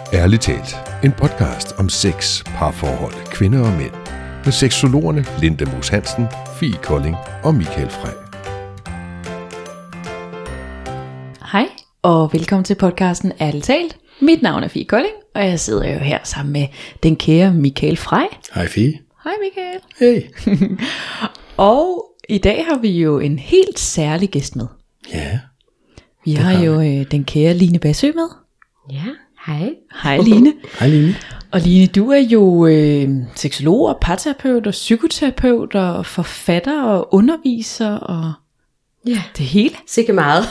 Ærligt talt, en podcast om sex, parforhold, kvinder og mænd. Med seksologerne Linda Moos Hansen, Fie Kolding og Michael Frey. Hej og velkommen til podcasten Ærligt talt. Mit navn er Fie Kolding, og jeg sidder jo her sammen med den kære Michael Frey. Hej Fie. Hej Michael. Hey. Og i dag har vi jo en helt særlig gæst med. Ja. Vi har jo den kære Line Bassø med. Ja, hej. Hej Line. Hej Line. Og Line, du er jo seksolog og parterapeut og psykoterapeut og forfatter og underviser og det hele. Sikke meget.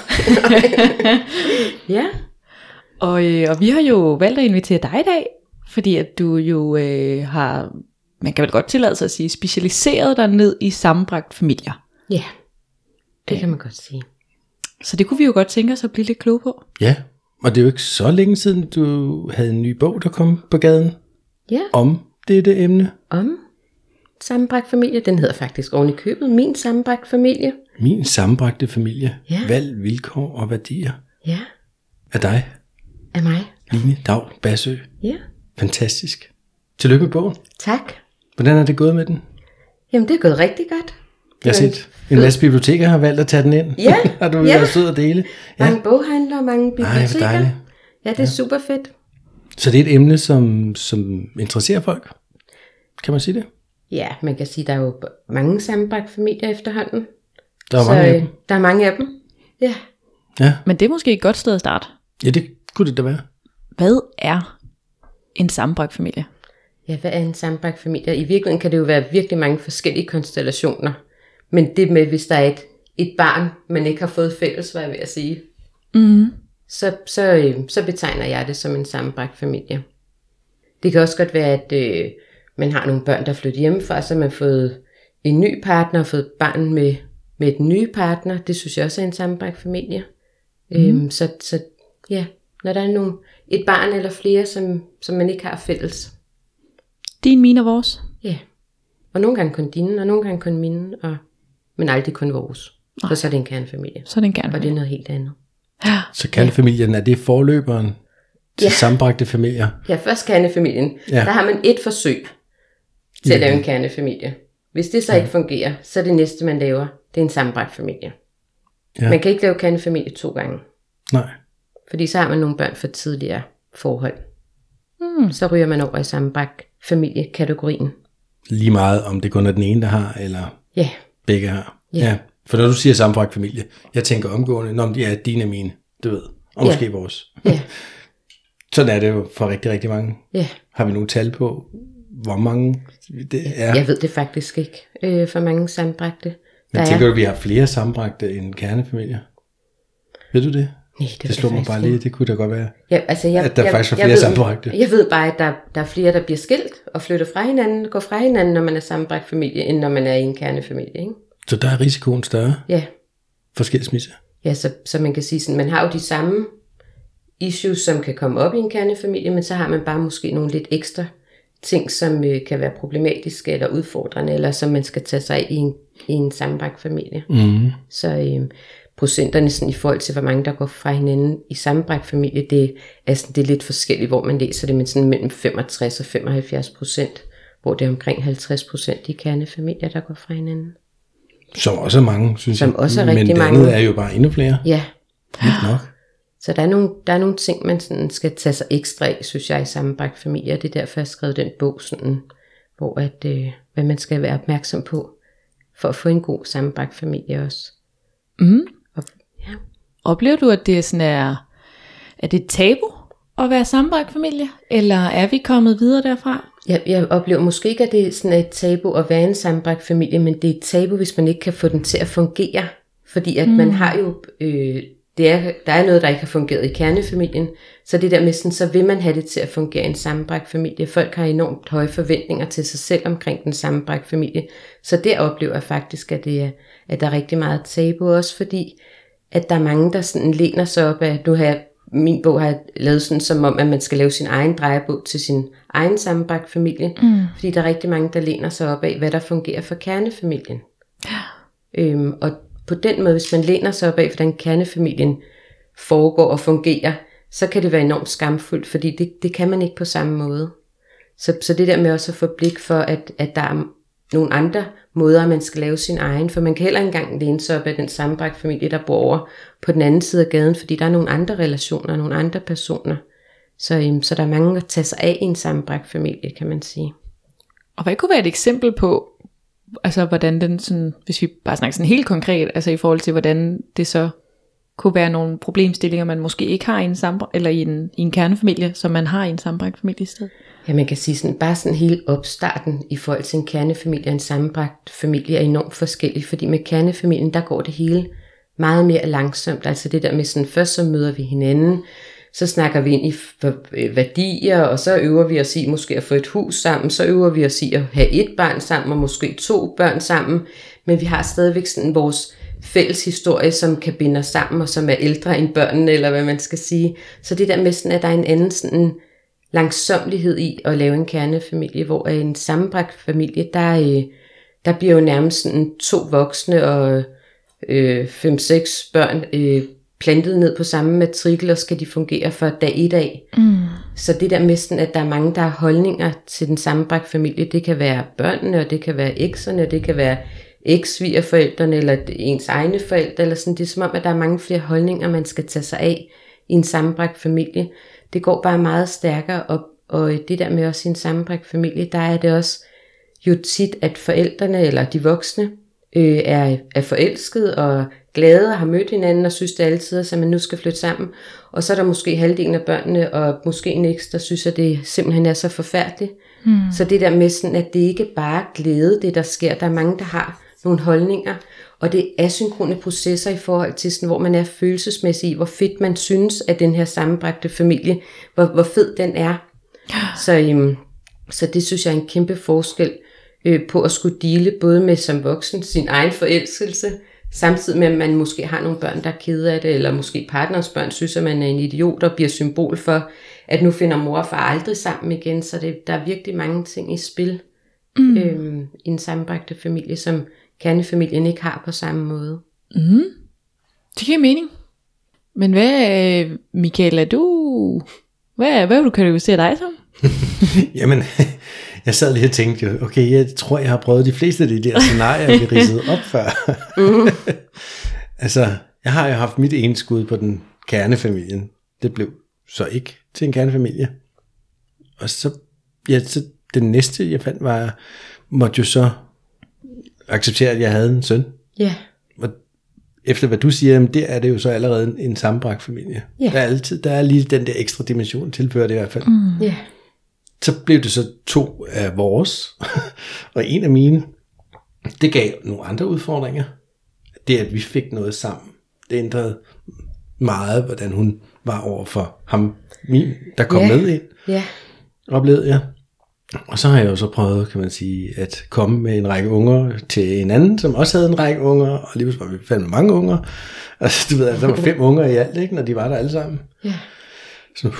Ja. Og vi har jo valgt at invitere dig i dag, fordi at du jo har, man kan vel godt tillade sig at sige, specialiseret dig ned i sammenbragt familier. Ja, det kan man godt sige. Så det kunne vi jo godt tænke os at blive lidt kloge på. Ja, og det er jo ikke så længe siden, du havde en ny bog, der kom på gaden. Ja. Om dette emne. Om sammenbragt familie. Den hedder faktisk oven i købet Min sammenbragt familie. Min sammenbragte familie. Ja. Valg, vilkår og værdier. Ja. Af dig, Af mig. Line Dag Bassø. Ja. Fantastisk. Tillykke med bogen. Tak. Hvordan er det gået med den? Jamen det er gået rigtig godt. Jeg har set, en masse biblioteker har valgt at tage den ind. Ja. Har du været sød at dele? Ja. Mange boghandler, mange biblioteker. hvor dejligt. Ja, det er super fedt. Så det er et emne, som interesserer folk. Kan man sige det? Ja, man kan sige, der er jo mange sammenbragt familier efterhånden. Der er mange af dem. Der er mange af dem. Ja. Ja. Men det er måske et godt sted at starte. Ja, det kunne det da være. Hvad er en sammenbragt familie? Ja, hvad er en sammenbragt familie? I virkeligheden kan det jo være virkelig mange forskellige konstellationer. Men det med, hvis der er et barn, man ikke har fået fælles, hvad jeg vil sige, så betegner jeg det som en sammenbragt familie. Det kan også godt være, at man har nogle børn, der flytter hjemmefra, så man har fået en ny partner og fået barn med den nye partner. Det synes jeg også er en sammenbragt familie. Så ja, når der er et barn eller flere, som man ikke har fælles. Din, min og vores. Ja, og nogle gange kun dine, og nogle gange kun mine, men aldrig kun vores. For så er det en kernefamilie. Så er det en kernefamilie. Og det er noget helt andet. Så kernefamilien, er det forløberen til sammenbragte familier? Ja, først kernefamilien. Ja. Der har man et forsøg til at lave en kernefamilie. Hvis det så ikke fungerer, så er det næste, man laver, det er en sammenbragt familie. Ja. Man kan ikke lave kernefamilie 2 gange. Nej. Fordi så har man nogle børn for tidligere forhold. Så ryger man over i sammenbragt familiekategorien. Lige meget om det kun er den ene, der har, eller begge har. Ja. For når du siger sammenbragt familie, jeg tænker omgående, når de er dine og mine, du ved, og måske vores. Ja. Sådan er det jo for rigtig, rigtig mange. Ja. Har vi nogle tal på, hvor mange det er? Jeg ved det faktisk ikke, for mange sammenbragte. Men tænker du, vi har flere sammenbragte end kernefamilier? Ved du det? Nej, det slår mig bare lige, det kunne da godt være, ja, altså at der faktisk er flere sammenbragte. Jeg ved bare, at der er flere, der bliver skilt og flytter fra hinanden, går fra hinanden, når man er sammenbragt familie, end når man er i en kernefamilie, ikke? Så der er risikoen større for skilsmisse? Ja, så man kan sige sådan, man har jo de samme issues, som kan komme op i en kernefamilie, men så har man bare måske nogle lidt ekstra ting, som kan være problematiske eller udfordrende, eller som man skal tage sig af i en sammenbragt familie. Så procenterne sådan, i forhold til, hvor mange der går fra hinanden i sammenbragt familie, det er lidt forskelligt, hvor man læser det, men sådan mellem 65 og 75%, hvor det er omkring 50% i kernefamilier, der går fra hinanden. Som også er mange, synes jeg. Som også er rigtig mange. Men det andet er jo bare endnu flere. Ja. Helt nok. Så der er nogle ting, man sådan skal tage sig ekstra af, synes jeg, i sammenbragt familie. Det er derfor, jeg har skrevet den bog, sådan, hvor hvad man skal være opmærksom på, for at få en god sammenbragt familie også. Oplever du, at det er sådan er det tabu at være sammenbragt familie? Eller er vi kommet videre derfra? Jeg oplever måske ikke, at det er sådan et tabu at være en sammenbragt familie, men det er et tabu, hvis man ikke kan få den til at fungere. Fordi at man har jo, der er noget, der ikke har fungeret i kernefamilien, så det der med sådan, så vil man have det til at fungere i en sammenbragt familie. Folk har enormt høje forventninger til sig selv omkring den sammenbragt familie, så der oplever jeg faktisk, at der er rigtig meget tabu også, fordi at der er mange, der sådan læner sig op af, min bog har jeg lavet sådan som om, at man skal lave sin egen drejebog til sin egen sammenbragt familie, fordi der er rigtig mange, der læner sig op af, hvad der fungerer for kernefamilien. Og på den måde, hvis man læner sig op af, hvordan kernefamilien foregår og fungerer, så kan det være enormt skamfuldt, fordi det kan man ikke på samme måde. Så det der med også at få blik for, at der er nogle andre måder, man skal lave sin egen, for man kan heller ikke engang læne sig op af den sammenbragte familie, der bor over på den anden side af gaden, fordi der er nogle andre relationer, nogle andre personer. Så der er mange at tage sig af i en sammenbragt familie, kan man sige. Og hvad kunne være et eksempel på, altså hvordan den sådan, hvis vi bare snakker sådan helt konkret, altså i forhold til hvordan det så kunne være nogle problemstillinger, man måske ikke har i en eller i en kernefamilie, som man har i en sammenbragt familie i stedet? Ja, man kan sige sådan, bare sådan hele opstarten i forhold til en kernefamilie og en sammenbragt familie er enormt forskellig, fordi med kernefamilien, der går det hele meget mere langsomt. Altså det der med sådan, først så møder vi hinanden, så snakker vi ind i værdier, og så øver vi os i måske at få et hus sammen, så øver vi os i at have et barn sammen, og måske 2 børn sammen, men vi har stadigvæk sådan vores fælles historie, som kan binde os sammen, og som er ældre end børnene, eller hvad man skal sige. Så det der med sådan, at der er en anden sådan langsomlighed i at lave en kernefamilie, hvor en sammenbragt familie, der bliver jo nærmest sådan 2 voksne og 5-6 børn plantet ned på samme matrikel, og skal de fungere fra dag 1 af. Så det der med sådan, at der er mange, der har holdninger til den sammenbragte familie, det kan være børnene, og det kan være ekserne, og det kan være eks-svigerforældrene, eller ens egne forældre, eller sådan. Det er som om, at der er mange flere holdninger, man skal tage sig af i en sammenbragt familie. Det går bare meget stærkere op, og det der med også i en sammenbragt familie, der er det også jo tit, at forældrene, eller de voksne, er forelsket og glade og har mødt hinanden og synes det altid, at man nu skal flytte sammen. Og så er der måske halvdelen af børnene og måske en ekstra, der synes, at det simpelthen er så forfærdeligt. Så det der med sådan, at det ikke bare glæde, det der sker. Der er mange, der har nogle holdninger, og det er asynkrone processer i forhold til sådan, hvor man er følelsesmæssig i, hvor fedt man synes, at den her sammenbragte familie, hvor fed den er. Så det synes jeg er en kæmpe forskel på at skulle dele både med som voksen sin egen forelskelse, samtidig med at man måske har nogle børn, der er kede af det, eller måske partnerens børn synes, at man er en idiot og bliver symbol for, at nu finder mor og far aldrig sammen igen. Så der er virkelig mange ting i spil i en sammenbragte familie, som kernefamilien ikke har på samme måde. Det giver mening. Men hvad, Michael, hvad vil du kategorisere dig som? Jamen, jeg sad lige og tænkte, okay, jeg tror, jeg har prøvet de fleste af de der scenarier, vi ridsede op før. Altså, jeg har jo haft mit ene skud på den kernefamilien. Det blev så ikke til en kernefamilie. Og så den næste, jeg fandt, var, måtte jo så acceptere, at jeg havde en søn. Ja. Og efter hvad du siger, det er det jo så allerede en sammenbragt familie. Ja. Der er lige den der ekstra dimension, tilfører det i hvert fald. Ja. Så blev det så 2 af vores, og en af mine, det gav nogle andre udfordringer. Det at vi fik noget sammen, det ændrede meget, hvordan hun var over for ham, der kom med ind, oplevede jeg. Og så har jeg jo så prøvet, kan man sige, at komme med en række unger til en anden, som også havde en række unger, og lige pludselig var vi fandme mange unger. Altså du ved, der var 5 unger i alt, ikke, når de var der alle sammen. Ja. Så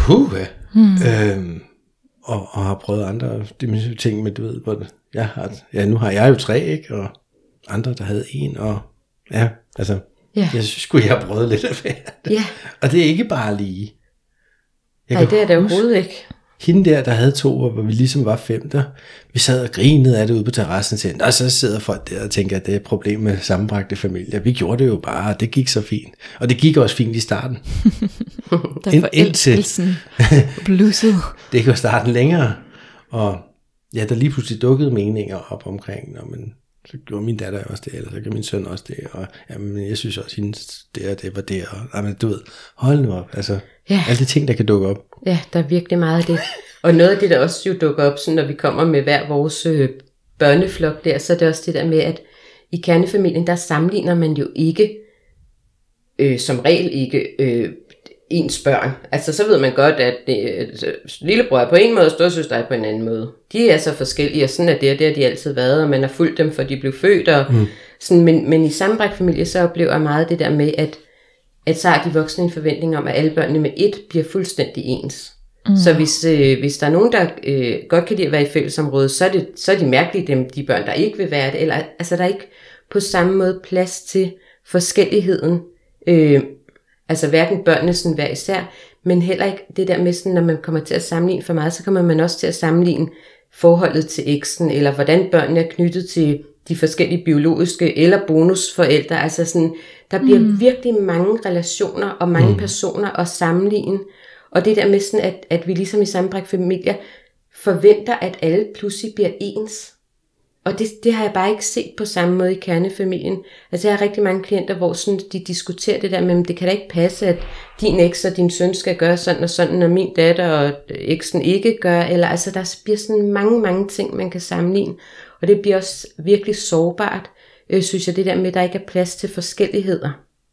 og har prøvet andre ting med, du ved, hvor nu har jeg jo 3, ikke, og andre, der havde 1, og jeg synes sgu, jeg har prøvet lidt af hvert. Ja. Og det er ikke bare lige. Nej, det er det overhovedet ikke. Hende der havde 2, hvor vi ligesom var 5 der, vi sad og grinede af det ude på terrassen, og så sidder folk der og tænker, at det er et problem med sammenbragte familier. Vi gjorde det jo bare, og det gik så fint. Og det gik også fint i starten. Der forelskelsen blussede. Det går starten længere, og ja, der lige pludselig dukkede meninger op omkring, men så gjorde min datter også det, eller så gjorde min søn også det, og jamen, jeg synes også, hendes det var det, og jamen, du ved, hold nu op, altså, alle de ting, der kan dukke op. Ja, der er virkelig meget af det. Og noget af det, der også jo dukker op, så når vi kommer med hver vores børneflok der, så er det også det der med, at i kernefamilien, der sammenligner man jo ikke, som regel ikke, ens børn. Altså så ved man godt, at lillebror er på en måde, og storesøster er på en anden måde. De er så forskellige, og sådan er det, og det har de altid været, og man har fulgt dem, for de blev født. Og sådan, men i sammenbragt familie, så oplever jeg meget det der med, at så har de voksne en forventning om, at alle børnene med et bliver fuldstændig ens. Så hvis der er nogen, der godt kan lide at være i fællesområdet, så er de mærkelige de børn, der ikke vil være det. Eller, altså der er ikke på samme måde plads til forskelligheden. Altså hverken børnene sådan hver især, men heller ikke det der med sådan, når man kommer til at sammenligne for meget, så kommer man også til at sammenligne forholdet til eksen, eller hvordan børnene er knyttet til de forskellige biologiske eller bonusforældre. Altså sådan, der bliver virkelig mange relationer og mange personer at sammenligne. Og det der med sådan, at vi ligesom i sammenbragte familier forventer, at alle pludselig bliver ens. Og det har jeg bare ikke set på samme måde i kernefamilien. Altså jeg har rigtig mange klienter, hvor sådan, de diskuterer det der med, det kan da ikke passe, at din eks og din søn skal gøre sådan og sådan, og min datter og eksen ikke gør. Eller altså der bliver sådan mange ting, man kan sammenligne. Og det bliver også virkelig sårbart, synes jeg, det der med, at der ikke er plads til forskelligheder.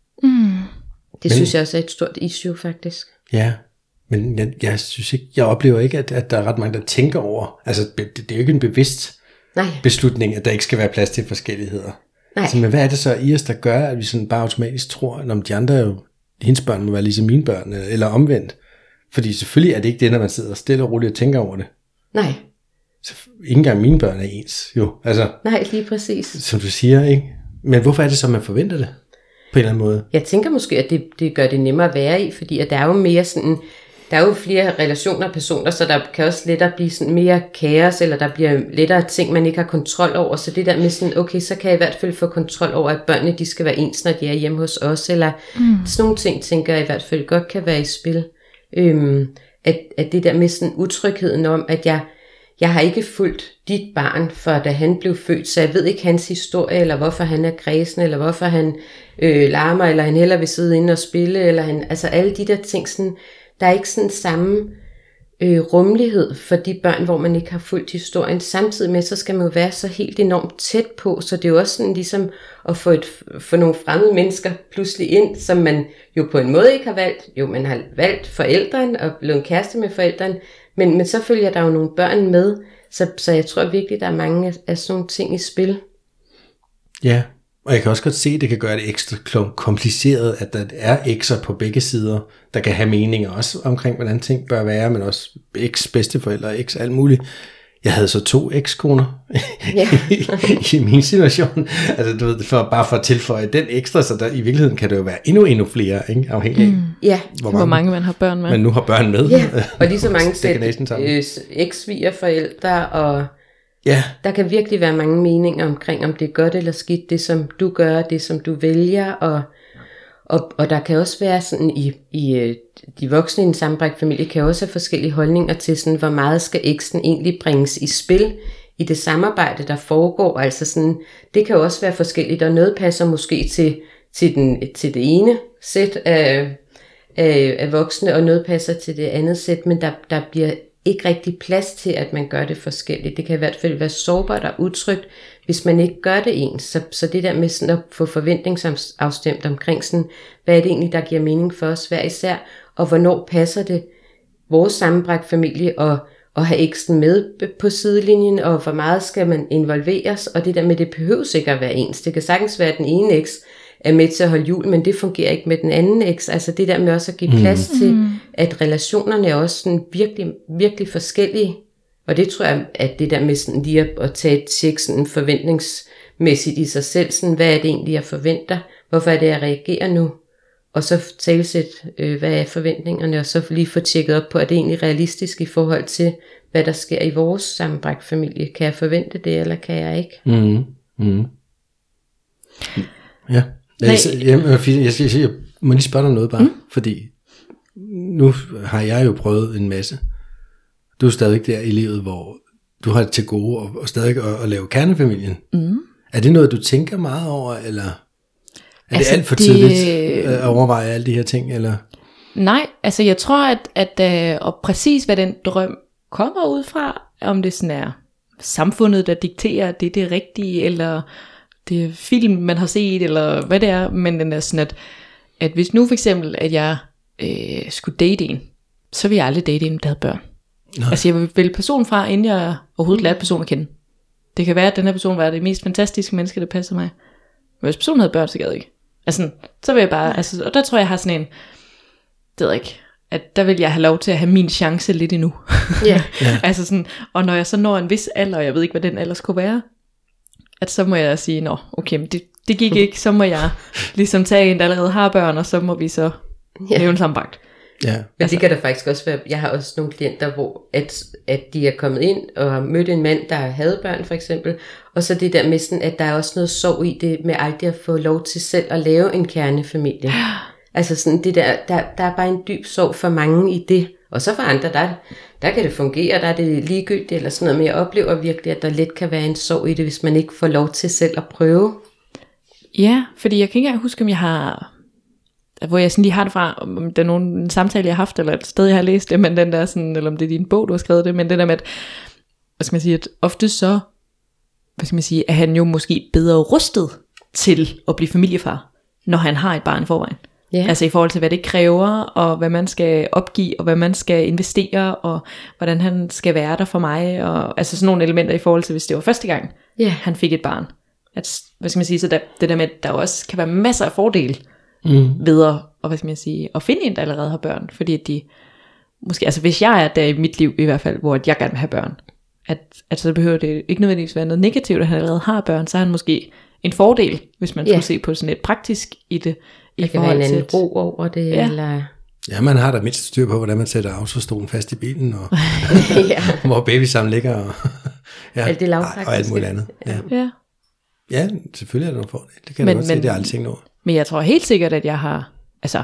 Det synes jeg også er et stort issue, faktisk. Ja, men jeg synes ikke, jeg oplever ikke, at der er ret mange, der tænker over, altså det er jo ikke en bevidst beslutning, at der ikke skal være plads til forskelligheder. Altså, men hvad er det så i os, der gør, at vi sådan bare automatisk tror, at de andre jo, hendes børn må være ligesom mine børn, eller omvendt? Fordi selvfølgelig er det ikke det, når man sidder stille og roligt og tænker over det. Nej. Så ikke engang mine børn er ens, jo. Altså, nej, lige præcis. Som du siger, ikke? Men hvorfor er det så, man forventer det? På en eller anden måde. Jeg tænker måske, at det gør det nemmere at være i, fordi at der er jo mere sådan, der er jo flere relationer og personer, så der kan også lettere blive sådan mere kaos, eller der bliver lettere ting, man ikke har kontrol over. Så det der med sådan, okay, så kan jeg i hvert fald få kontrol over, at børnene, de skal være ens, når de er hjemme hos os, eller sådan nogle ting, tænker jeg i hvert fald godt kan være i spil. At det der med sådan utrygheden om, at jeg har ikke fulgt dit barn, for da han blev født, så jeg ved ikke hans historie, eller hvorfor han er kræsen, eller hvorfor han larmer, eller han hellere vil sidde inde og spille, eller altså alle de der ting, sådan, der er ikke sådan samme rummelighed for de børn, hvor man ikke har fulgt historien. Samtidig med, så skal man jo være så helt enormt tæt på, så det er jo også sådan ligesom at få nogle fremmede mennesker pludselig ind, som man jo på en måde ikke har valgt. Jo, man har valgt forældren og blevet en kæreste med forældren, men så følger der jo nogle børn med, så jeg tror virkelig, der er mange af sådan nogle ting i spil. Ja, og jeg kan også godt se, at det kan gøre det ekstra kompliceret, at der er ekser på begge sider, der kan have meninger også omkring, hvordan ting bør være, men også eks-bedsteforældre, eks alt muligt. Jeg havde så 2 ekskoner i min situation. Altså, du ved, bare for at tilføje den ekstra, så der, i virkeligheden kan det jo være endnu flere, ikke? Afhængig af, hvor mange man har børn med. Man nu har børn med. Ja, og lige så mange eks-svigerforældre, og der kan virkelig være mange meninger omkring, om det er godt eller skidt, det som du gør, det som du vælger, og der kan også være sådan i de voksne i en sammenbragt familie, kan også have forskellige holdninger til sådan, hvor meget skal eksen egentlig bringes i spil i det samarbejde, der foregår. Altså sådan, det kan også være forskelligt, og noget passer måske til det ene sæt af voksne, og noget passer til det andet sæt, men der bliver ikke rigtig plads til, at man gør det forskelligt. Det kan i hvert fald være sårbart og utrygt, hvis man ikke gør det ens. Så det der med sådan at få forventningsafstemt omkring sådan, hvad er det egentlig, der giver mening for os hver især, og hvornår passer det vores sammenbragt familie at have eksen med på sidelinjen, og hvor meget skal man involveres, og det der med, det behøves ikke at være ens. Det kan sagtens være, at den ene eks er med til at holde jul, men det fungerer ikke med den anden eks. Altså det der med også at give plads til, at relationerne er også sådan virkelig, virkelig forskellige. Og det tror jeg, at det der med sådan lige at tage et tjek sådan forventningsmæssigt i sig selv, sådan, hvad er det egentlig, jeg forventer? Hvorfor er det, jeg reagerer nu? Og så talsæt, hvad er forventningerne, og så lige få tjekket op på, at det egentlig realistisk i forhold til, hvad der sker i vores sammenbragt familie. Kan jeg forvente det, eller kan jeg ikke? Ja. Jeg må lige spørge dig noget bare, fordi nu har jeg jo prøvet en masse. Du er stadig der i livet, hvor du har det til gode og stadig at lave kernefamilien. Er det noget, du tænker meget over, eller er det alt for tidligt at overveje alle de her ting? Eller? Nej, altså jeg tror, at og præcis hvad den drøm kommer ud fra, om det sådan er samfundet, der dikterer, det er rigtige, eller det er film, man har set, eller hvad det er, men den er sådan, at hvis nu for eksempel, at jeg skulle date en, så vil jeg aldrig date en, der havde børn. Nej. Altså jeg vil vælge personen fra, inden jeg overhovedet lærte personen at kende. Det kan være, at den her person var det mest fantastiske menneske, der passer mig. Men hvis personen havde børn, så gad jeg ikke. Altså, så vil jeg bare, altså, og der tror jeg har sådan en, det ved jeg ikke, at der vil jeg have lov til at have min chance lidt endnu. Yeah. Altså sådan, og når jeg så når en vis alder, og jeg ved ikke, hvad den alder skulle være, at så må jeg sige, nå, okay, men det gik ikke, så må jeg ligesom tage en, der allerede har børn, og så må vi så lave en sammenbragt. Ja. Men det kan der faktisk også være. Jeg har også nogle klienter, hvor at de er kommet ind og har mødt en mand, der havde børn for eksempel, og så det der med sådan, at der er også noget sorg i det med aldrig at få lov til selv at lave en kernefamilie. Altså sådan det der er bare en dyb sorg for mange i det. Og så for andre, der kan det fungere, der er det ligegyldigt eller sådan noget, men jeg oplever virkelig, at der let kan være en sorg i det, hvis man ikke får lov til selv at prøve. Ja, fordi jeg kan ikke engang huske, om jeg har, hvor jeg sådan lige har det fra, om der er nogen samtale, jeg har haft, eller et sted, jeg har læst det, men den der sådan, eller om det er din bog, du har skrevet det, men det der med, at, hvad skal man sige, at ofte så, hvad skal man sige, er han jo måske bedre rustet til at blive familiefar, når han har et barn i forvejen. Yeah. Altså i forhold til, hvad det kræver, og hvad man skal opgive, og hvad man skal investere, og hvordan han skal være der for mig, og altså sådan nogle elementer i forhold til, hvis det var første gang, han fik et barn. At, hvad skal man sige, så det der med, at der også kan være masser af fordele ved at, hvad skal man sige, at finde en, der allerede har børn, fordi at de, måske, altså hvis jeg er der i mit liv i hvert fald, hvor jeg gerne vil have børn, at så behøver det ikke nødvendigvis være noget negativt, at han allerede har børn, så er han måske en fordel, hvis man skulle se på sådan et praktisk i det. Der kan være en anden ro over det, eller... Ja, man har da mindst styr på, hvordan man sætter autostolen fast i bilen, og hvor babysammen ligger, og, alt det og alt muligt andet. Ja, selvfølgelig er der nogle fordele. Det kan jeg godt se, det er aldrig tænkt over. Men jeg tror helt sikkert, at jeg har, altså,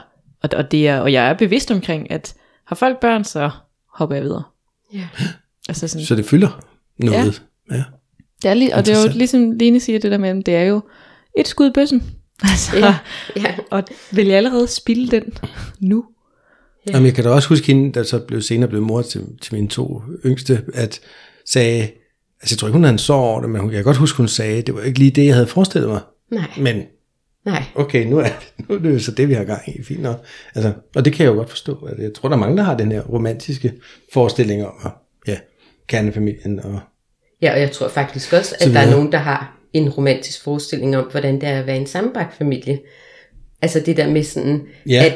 og jeg er bevidst omkring, at har folk børn, så hopper jeg videre. Ja. Altså sådan, så det fylder noget. Ja. Det er og det er jo ligesom Lene siger det der med, det er jo et skud i bøssen. Altså, og vil jeg allerede spilde den nu? Ja. Jamen, jeg kan da også huske hende, der så senere blev mor til mine 2 yngste, at sagde, altså jeg tror ikke hun havde en sorg over det, men jeg kan godt huske hun sagde, det var ikke lige det jeg havde forestillet mig. Nej. Men okay, nu er det så det vi har gang i, fint nok. Altså, og det kan jeg jo godt forstå. Altså, jeg tror der er mange der har den her romantiske forestilling om kernefamilien og ja, og jeg tror faktisk også, at der er nogen der har en romantisk forestilling om, hvordan det er at være en sammenbragt familie. Altså det der med sådan, at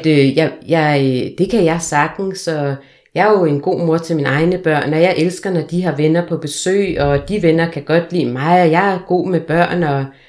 det kan jeg sagtens, og jeg er jo en god mor til mine egne børn, og jeg elsker, når de har venner på besøg, og de venner kan godt lide mig, og jeg er god med børn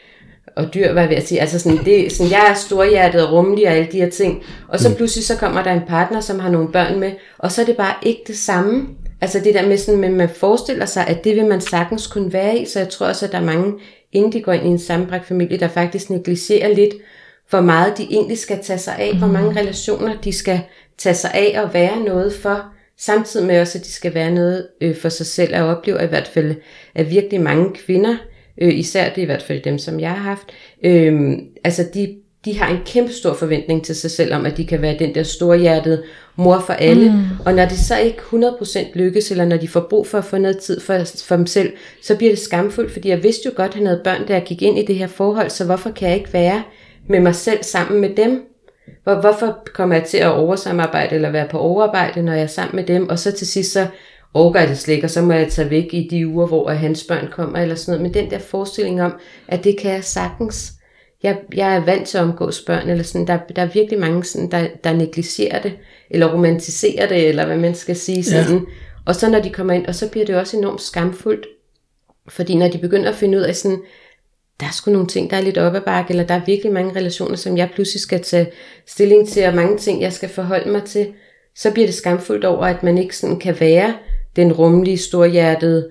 og dyr, hvad jeg vil sige. Altså sådan, det, sådan, jeg er storhjertet og rummelig og alle de her ting. Og så pludselig så kommer der en partner, som har nogle børn med, og så er det bare ikke det samme. Altså det der med sådan, at man forestiller sig, at det vil man sagtens kunne være i, så jeg tror også, at der er mange, inden de går ind i en sammenbragt familie, der faktisk negligerer lidt, hvor meget de egentlig skal tage sig af, hvor mange relationer de skal tage sig af og være noget for, samtidig med også, at de skal være noget for sig selv, og oplever i hvert fald, at virkelig mange kvinder, især det er i hvert fald dem, som jeg har haft, altså de har en kæmpe stor forventning til sig selv om, at de kan være den der storhjertede mor for alle. Og når det så ikke 100% lykkes, eller når de får brug for at få noget tid for dem selv, så bliver det skamfuldt, fordi jeg vidste jo godt, at han havde børn, der gik ind i det her forhold, så hvorfor kan jeg ikke være med mig selv sammen med dem? Hvorfor kommer jeg til at oversamarbejde eller være på overarbejde, når jeg er sammen med dem, og så til sidst så overgår det slet ikke, og så må jeg tage væk i de uger, hvor hans børn kommer, eller sådan noget. Men den der forestilling om, at det kan jeg sagtens. Jeg er vant til at omgås børn, eller sådan, der er virkelig mange, sådan, der negligerer det, eller romantiserer det, eller hvad man skal sige sådan. Ja. Og så når de kommer ind, og så bliver det også enormt skamfuldt, fordi når de begynder at finde ud af sådan, der er sgu nogle ting, der er lidt op ad bakke, eller der er virkelig mange relationer, som jeg pludselig skal tage stilling til, og mange ting, jeg skal forholde mig til, så bliver det skamfuldt over, at man ikke sådan kan være den rummelige, storhjertede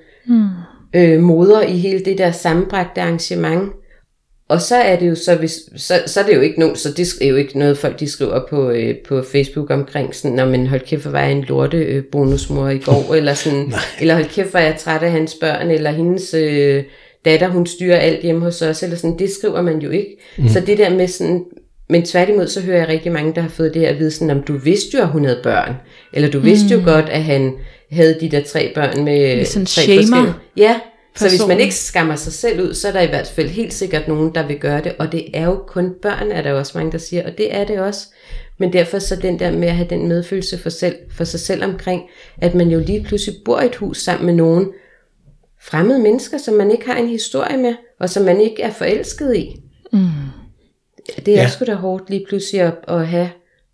moder i hele det der sammenbragte arrangement. Og så er det jo så er det jo ikke noget, så det er jo ikke noget folk de skriver på Facebook omkring sådan, når man hold kæft, hvor var jeg en lorte bonusmor i går, eller sådan, eller hold kæft, hvor jeg er træt af hans børn, eller hendes datter, hun styrer alt hjemme hos os, eller sådan, det skriver man jo ikke. Så det der med sådan, men tværtimod så hører jeg rigtig mange, der har fået det her at vide sådan, om du vidste jo, at hun havde børn, eller du vidste jo godt, at han havde de der 3 børn med 3 forskellige. Ja. Så hvis man ikke skammer sig selv ud, så er der i hvert fald helt sikkert nogen, der vil gøre det. Og det er jo kun børn, er der også mange, der siger. Og det er det også. Men derfor så den der med at have den medfølelse for sig selv omkring, at man jo lige pludselig bor i et hus sammen med nogen fremmede mennesker, som man ikke har en historie med, og som man ikke er forelsket i. Det er sgu da hårdt lige pludselig at have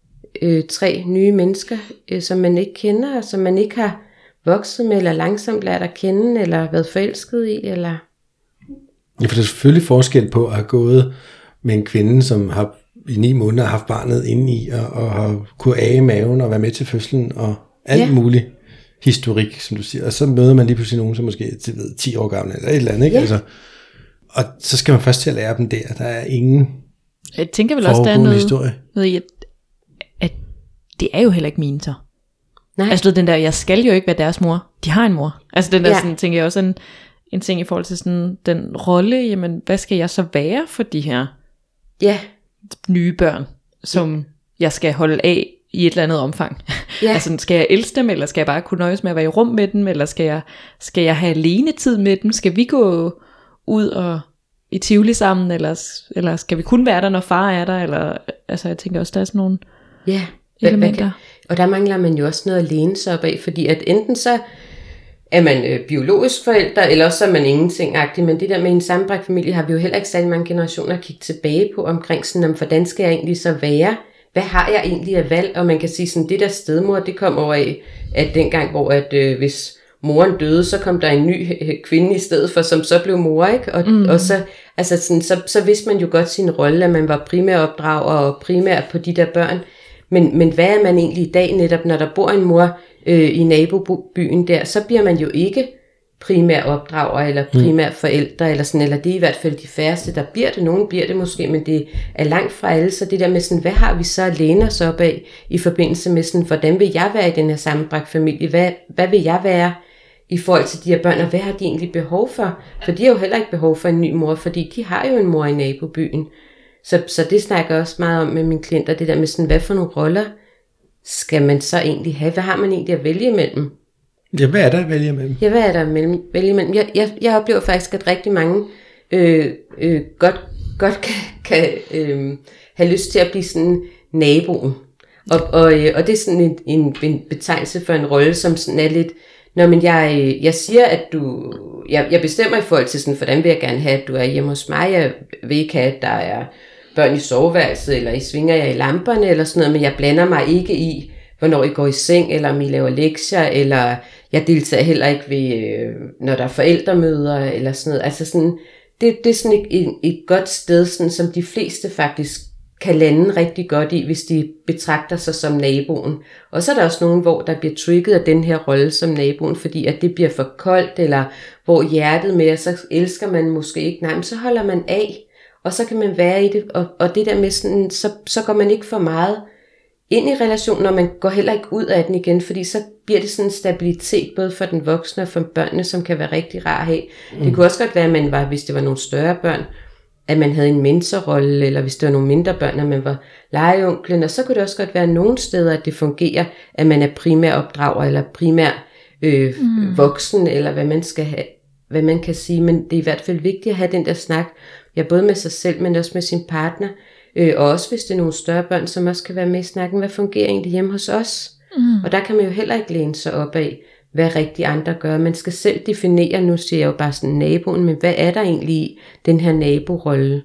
3 nye mennesker, som man ikke kender, og som man ikke har vokset med, eller langsomt lært at kende, eller været forelsket i, eller... Ja, for der er selvfølgelig forskel på at have gået med en kvinde, som har i 9 måneder har haft barnet inde i, og har kunne age maven og være med til fødslen, og alt muligt historik, som du siger. Og så møder man lige pludselig nogen, som måske er 10 år gammel, eller et eller andet, ikke? Altså, og så skal man først til at lære dem der. Der er ingen jeg tænker vel også, der er noget historie. I, at det er jo heller ikke mine så. Nej. Altså den der, jeg skal jo ikke være deres mor. De har en mor. Altså den der, sådan, tænker jeg også en ting i forhold til sådan den rolle, jamen hvad skal jeg så være for de her nye børn, som jeg skal holde af i et eller andet omfang. Altså skal jeg elske dem, eller skal jeg bare kunne nøjes med at være i rum med dem, eller skal jeg have alene tid med dem? Skal vi gå ud og i Tivoli sammen, eller skal vi kun være der, når far er der? Eller, altså jeg tænker også, der er sådan nogle elementer. Og der mangler man jo også noget at læne sig op af, fordi at enten så er man biologisk forælder, eller også så er man ingenting-agtig, men det der med en sammenbragt familie, har vi jo heller ikke særlig mange generationer at kigge tilbage på, omkring sådan, om hvordan skal jeg egentlig så være? Hvad har jeg egentlig af valg? Og man kan sige sådan, det der stedmor, det kom over af, at dengang, hvor at hvis moren døde, så kom der en ny kvinde i stedet for, som så blev mor, ikke? Og så, altså sådan, så vidste man jo godt sin rolle, at man var primær opdrager og primær på de der børn. Men hvad er man egentlig i dag, netop når der bor en mor i nabobyen der, så bliver man jo ikke primær opdrager eller primær forældre, eller sådan, eller det er i hvert fald de færreste, der bliver det. Nogen bliver det måske, men det er langt fra alle, så det der med sådan, hvad har vi så at læne os op af, i forbindelse med sådan, hvordan vil jeg være i den her sammenbragt familie, hvad vil jeg være i forhold til de her børn, og hvad har de egentlig behov for? For de har jo heller ikke behov for en ny mor, fordi de har jo en mor i nabobyen. Så det snakker jeg også meget om med mine klienter, det der med sådan, hvad for nogle roller skal man så egentlig have? Hvad har man egentlig at vælge imellem? Ja, hvad er der at vælge imellem? Ja, hvad er der at vælge imellem? Jeg oplever faktisk, at rigtig mange godt kan have lyst til at blive sådan naboen. Og det er sådan en betegnelse for en rolle, som sådan er lidt, når men jeg siger, at jeg bestemmer i forhold til sådan, hvordan vil jeg gerne have, at du er hjemme hos mig. Jeg vil ikke have, at der er børn i soveværelset, eller I svinger jeg i lamperne, eller sådan noget, men jeg blander mig ikke i, hvornår I går i seng, eller om I laver lektier, eller jeg deltager heller ikke ved, når der er forældremøder, eller sådan noget. Altså sådan, det er sådan et godt sted, sådan, som de fleste faktisk kan lande rigtig godt i, hvis de betragter sig som naboen. Og så er der også nogen, hvor der bliver trigget af den her rolle som naboen, fordi at det bliver for koldt, eller hvor hjertet med, og så elsker man måske ikke. Nej, men så holder man af, og så kan man være i det, og det der med sådan, så går man ikke for meget ind i relationen, og man går heller ikke ud af den igen, fordi så bliver det sådan en stabilitet, både for den voksne og for børnene, som kan være rigtig rar at have. Det kunne også godt være, at man var, hvis det var nogle større børn, at man havde en mentorrolle, eller hvis det var nogle mindre børn, at man var legeonklen, og så kunne det også godt være nogle steder, at det fungerer, at man er primær opdrager, eller primær voksen, eller hvad man skal have, hvad man kan sige, men det er i hvert fald vigtigt at have den der snak, både med sig selv, men også med sin partner, og også hvis det er nogle større børn, som også kan være med i snakken, hvad fungerer egentlig hjemme hos os? Og der kan man jo heller ikke læne sig op af, hvad rigtig andre gør. Man skal selv definere, nu siger jeg jo bare sådan naboen, men hvad er der egentlig i den her naborolle?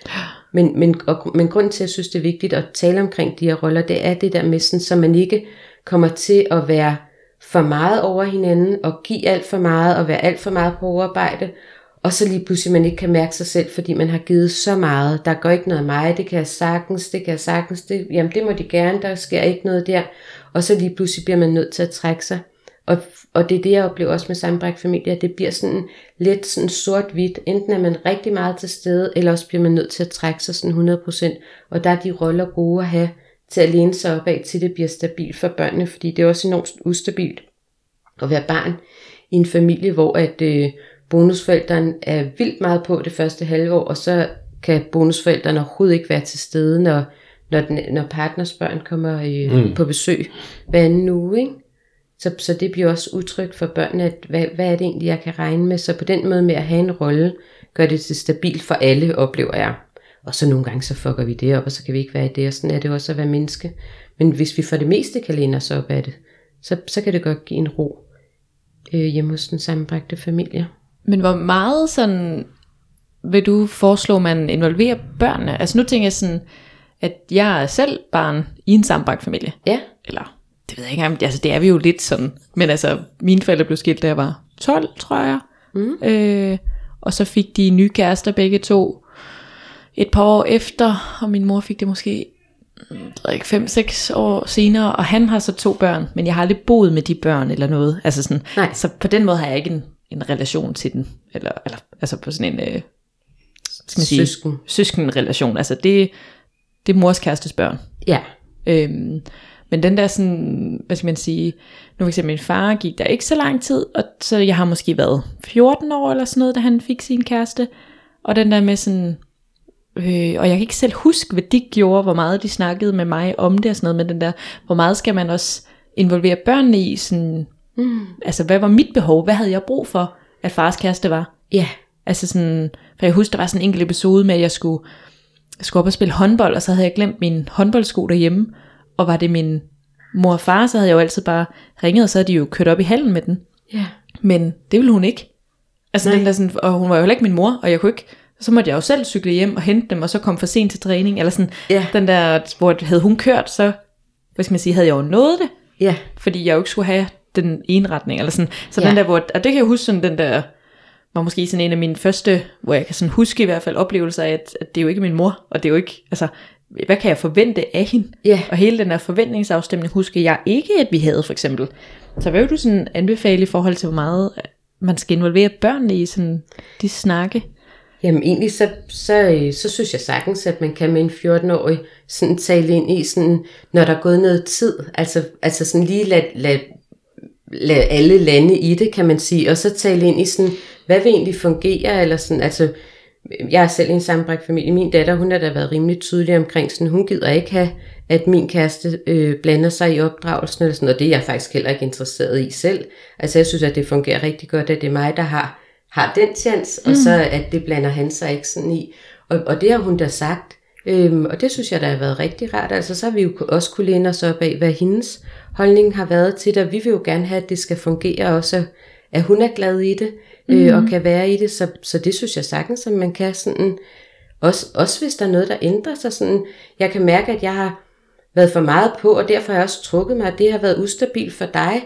Men grunden til, at jeg synes, det er vigtigt at tale omkring de her roller, det er det der med sådan, så man ikke kommer til at være for meget over hinanden, og give alt for meget, og være alt for meget på overarbejde, og så lige pludselig man ikke kan mærke sig selv, fordi man har givet så meget. Der går ikke noget af mig, det kan jeg sagtens, jamen det må de gerne, der sker ikke noget der. Og så lige pludselig bliver man nødt til at trække sig. Og det er det, jeg oplever også med sammenbragt familie, at det bliver sådan lidt sådan sort-hvidt. Enten er man rigtig meget til stede, eller også bliver man nødt til at trække sig sådan 100%. Og der er de roller gode at have til at læne sig op af, til det bliver stabilt for børnene, fordi det er også enormt ustabilt at være barn i en familie, hvor at bonusforældrene er vildt meget på det første halvår, og så kan bonusforældrene overhovedet ikke være til stede, når partners børn kommer på besøg hver anden uge, ikke? Så det bliver også utrygt for børnene, at hvad er det egentlig, jeg kan regne med? Så på den måde med at have en rolle, gør det til stabilt for alle, oplever jeg. Og så nogle gange, så fucker vi det op, og så kan vi ikke være i det, og sådan er det også at være menneske. Men hvis vi for det meste kan læne os op af det, så kan det godt give en ro hjemme hos den sammenbragte familie. Men hvor meget sådan vil du foreslå, man involverer børnene? Altså nu tænker jeg sådan, at jeg er selv barn i en sammenbragt familie. Ja. Eller, det ved jeg ikke, altså det er vi jo lidt sådan. Men altså, mine forældre blev skilt, da jeg var 12, tror jeg. Og så fik de nye kærester begge to et par år efter, og min mor fik det måske 5-6 år senere, og han har så 2 børn, men jeg har aldrig boet med de børn eller noget. Altså sådan, så på den måde har jeg ikke en relation til den, eller altså på sådan en søskenrelation. Altså det er mors kærestes børn. Ja. Men den der sådan, hvad skal man sige, nu for eksempel min far gik der ikke så lang tid, og så jeg har måske været 14 år eller sådan noget, da han fik sin kæreste, og den der med sådan, og jeg kan ikke selv huske, hvad de gjorde, hvor meget de snakkede med mig om det og sådan noget, med den der, hvor meget skal man også involvere børnene i, sådan, altså hvad var mit behov, hvad havde jeg brug for, at fars kæreste var? Ja. Altså sådan, for jeg husker, der var sådan en enkelt episode med, at jeg skulle op og spille håndbold, og så havde jeg glemt min håndboldsko derhjemme, og var det min mor og far, så havde jeg jo altid bare ringet, og så havde de jo kørt op i hallen med den. Ja. Men det ville hun ikke. Altså den der sådan, og hun var jo heller ikke min mor, og jeg kunne ikke, så måtte jeg jo selv cykle hjem og hente dem, og så komme for sent til træning, eller sådan, den der, hvor havde hun kørt, så, hvad skal man sige, havde jeg jo nået det, fordi jeg jo ikke skulle have den ene retning, eller sådan, så den der, hvor, og det kan jeg huske sådan, den der, var måske sådan en af mine første, hvor jeg kan sådan huske i hvert fald oplevelser af, at det er jo ikke min mor, og det er jo ikke, altså, hvad kan jeg forvente af hende? Og hele den der forventningsafstemning husker jeg ikke, at vi havde for eksempel. Så hvad vil du sådan anbefale i forhold til, hvor meget man skal involvere børnene i sådan de snakke? Jamen egentlig så synes jeg sagtens, at man kan med en 14-årig sådan tale ind i, sådan, når der er gået noget tid, altså sådan lige lad alle lande i det, kan man sige, og så tale ind i sådan, hvad vil egentlig fungere, eller sådan, altså, jeg er selv i en sammenbragt familie, min datter, hun har da været rimelig tydelig omkring, sådan, hun gider ikke have, at min kæreste blander sig i opdragelsen, eller sådan, og det er jeg faktisk heller ikke interesseret i selv, altså jeg synes, at det fungerer rigtig godt, at det er mig, der har den chance, og så at det blander han sig ikke sådan i, og det har hun da sagt, og det synes jeg, der har været rigtig rart, altså så har vi jo også kunne læne os op af, hvad hendes holdning har været til det, og vi vil jo gerne have, at det skal fungere også, at hun er glad i det, og kan være i det, så det synes jeg sagtens, at man kan sådan, også hvis der er noget, der ændrer sig sådan, jeg kan mærke, at jeg har været for meget på, og derfor har jeg også trukket mig, at det har været ustabilt for dig,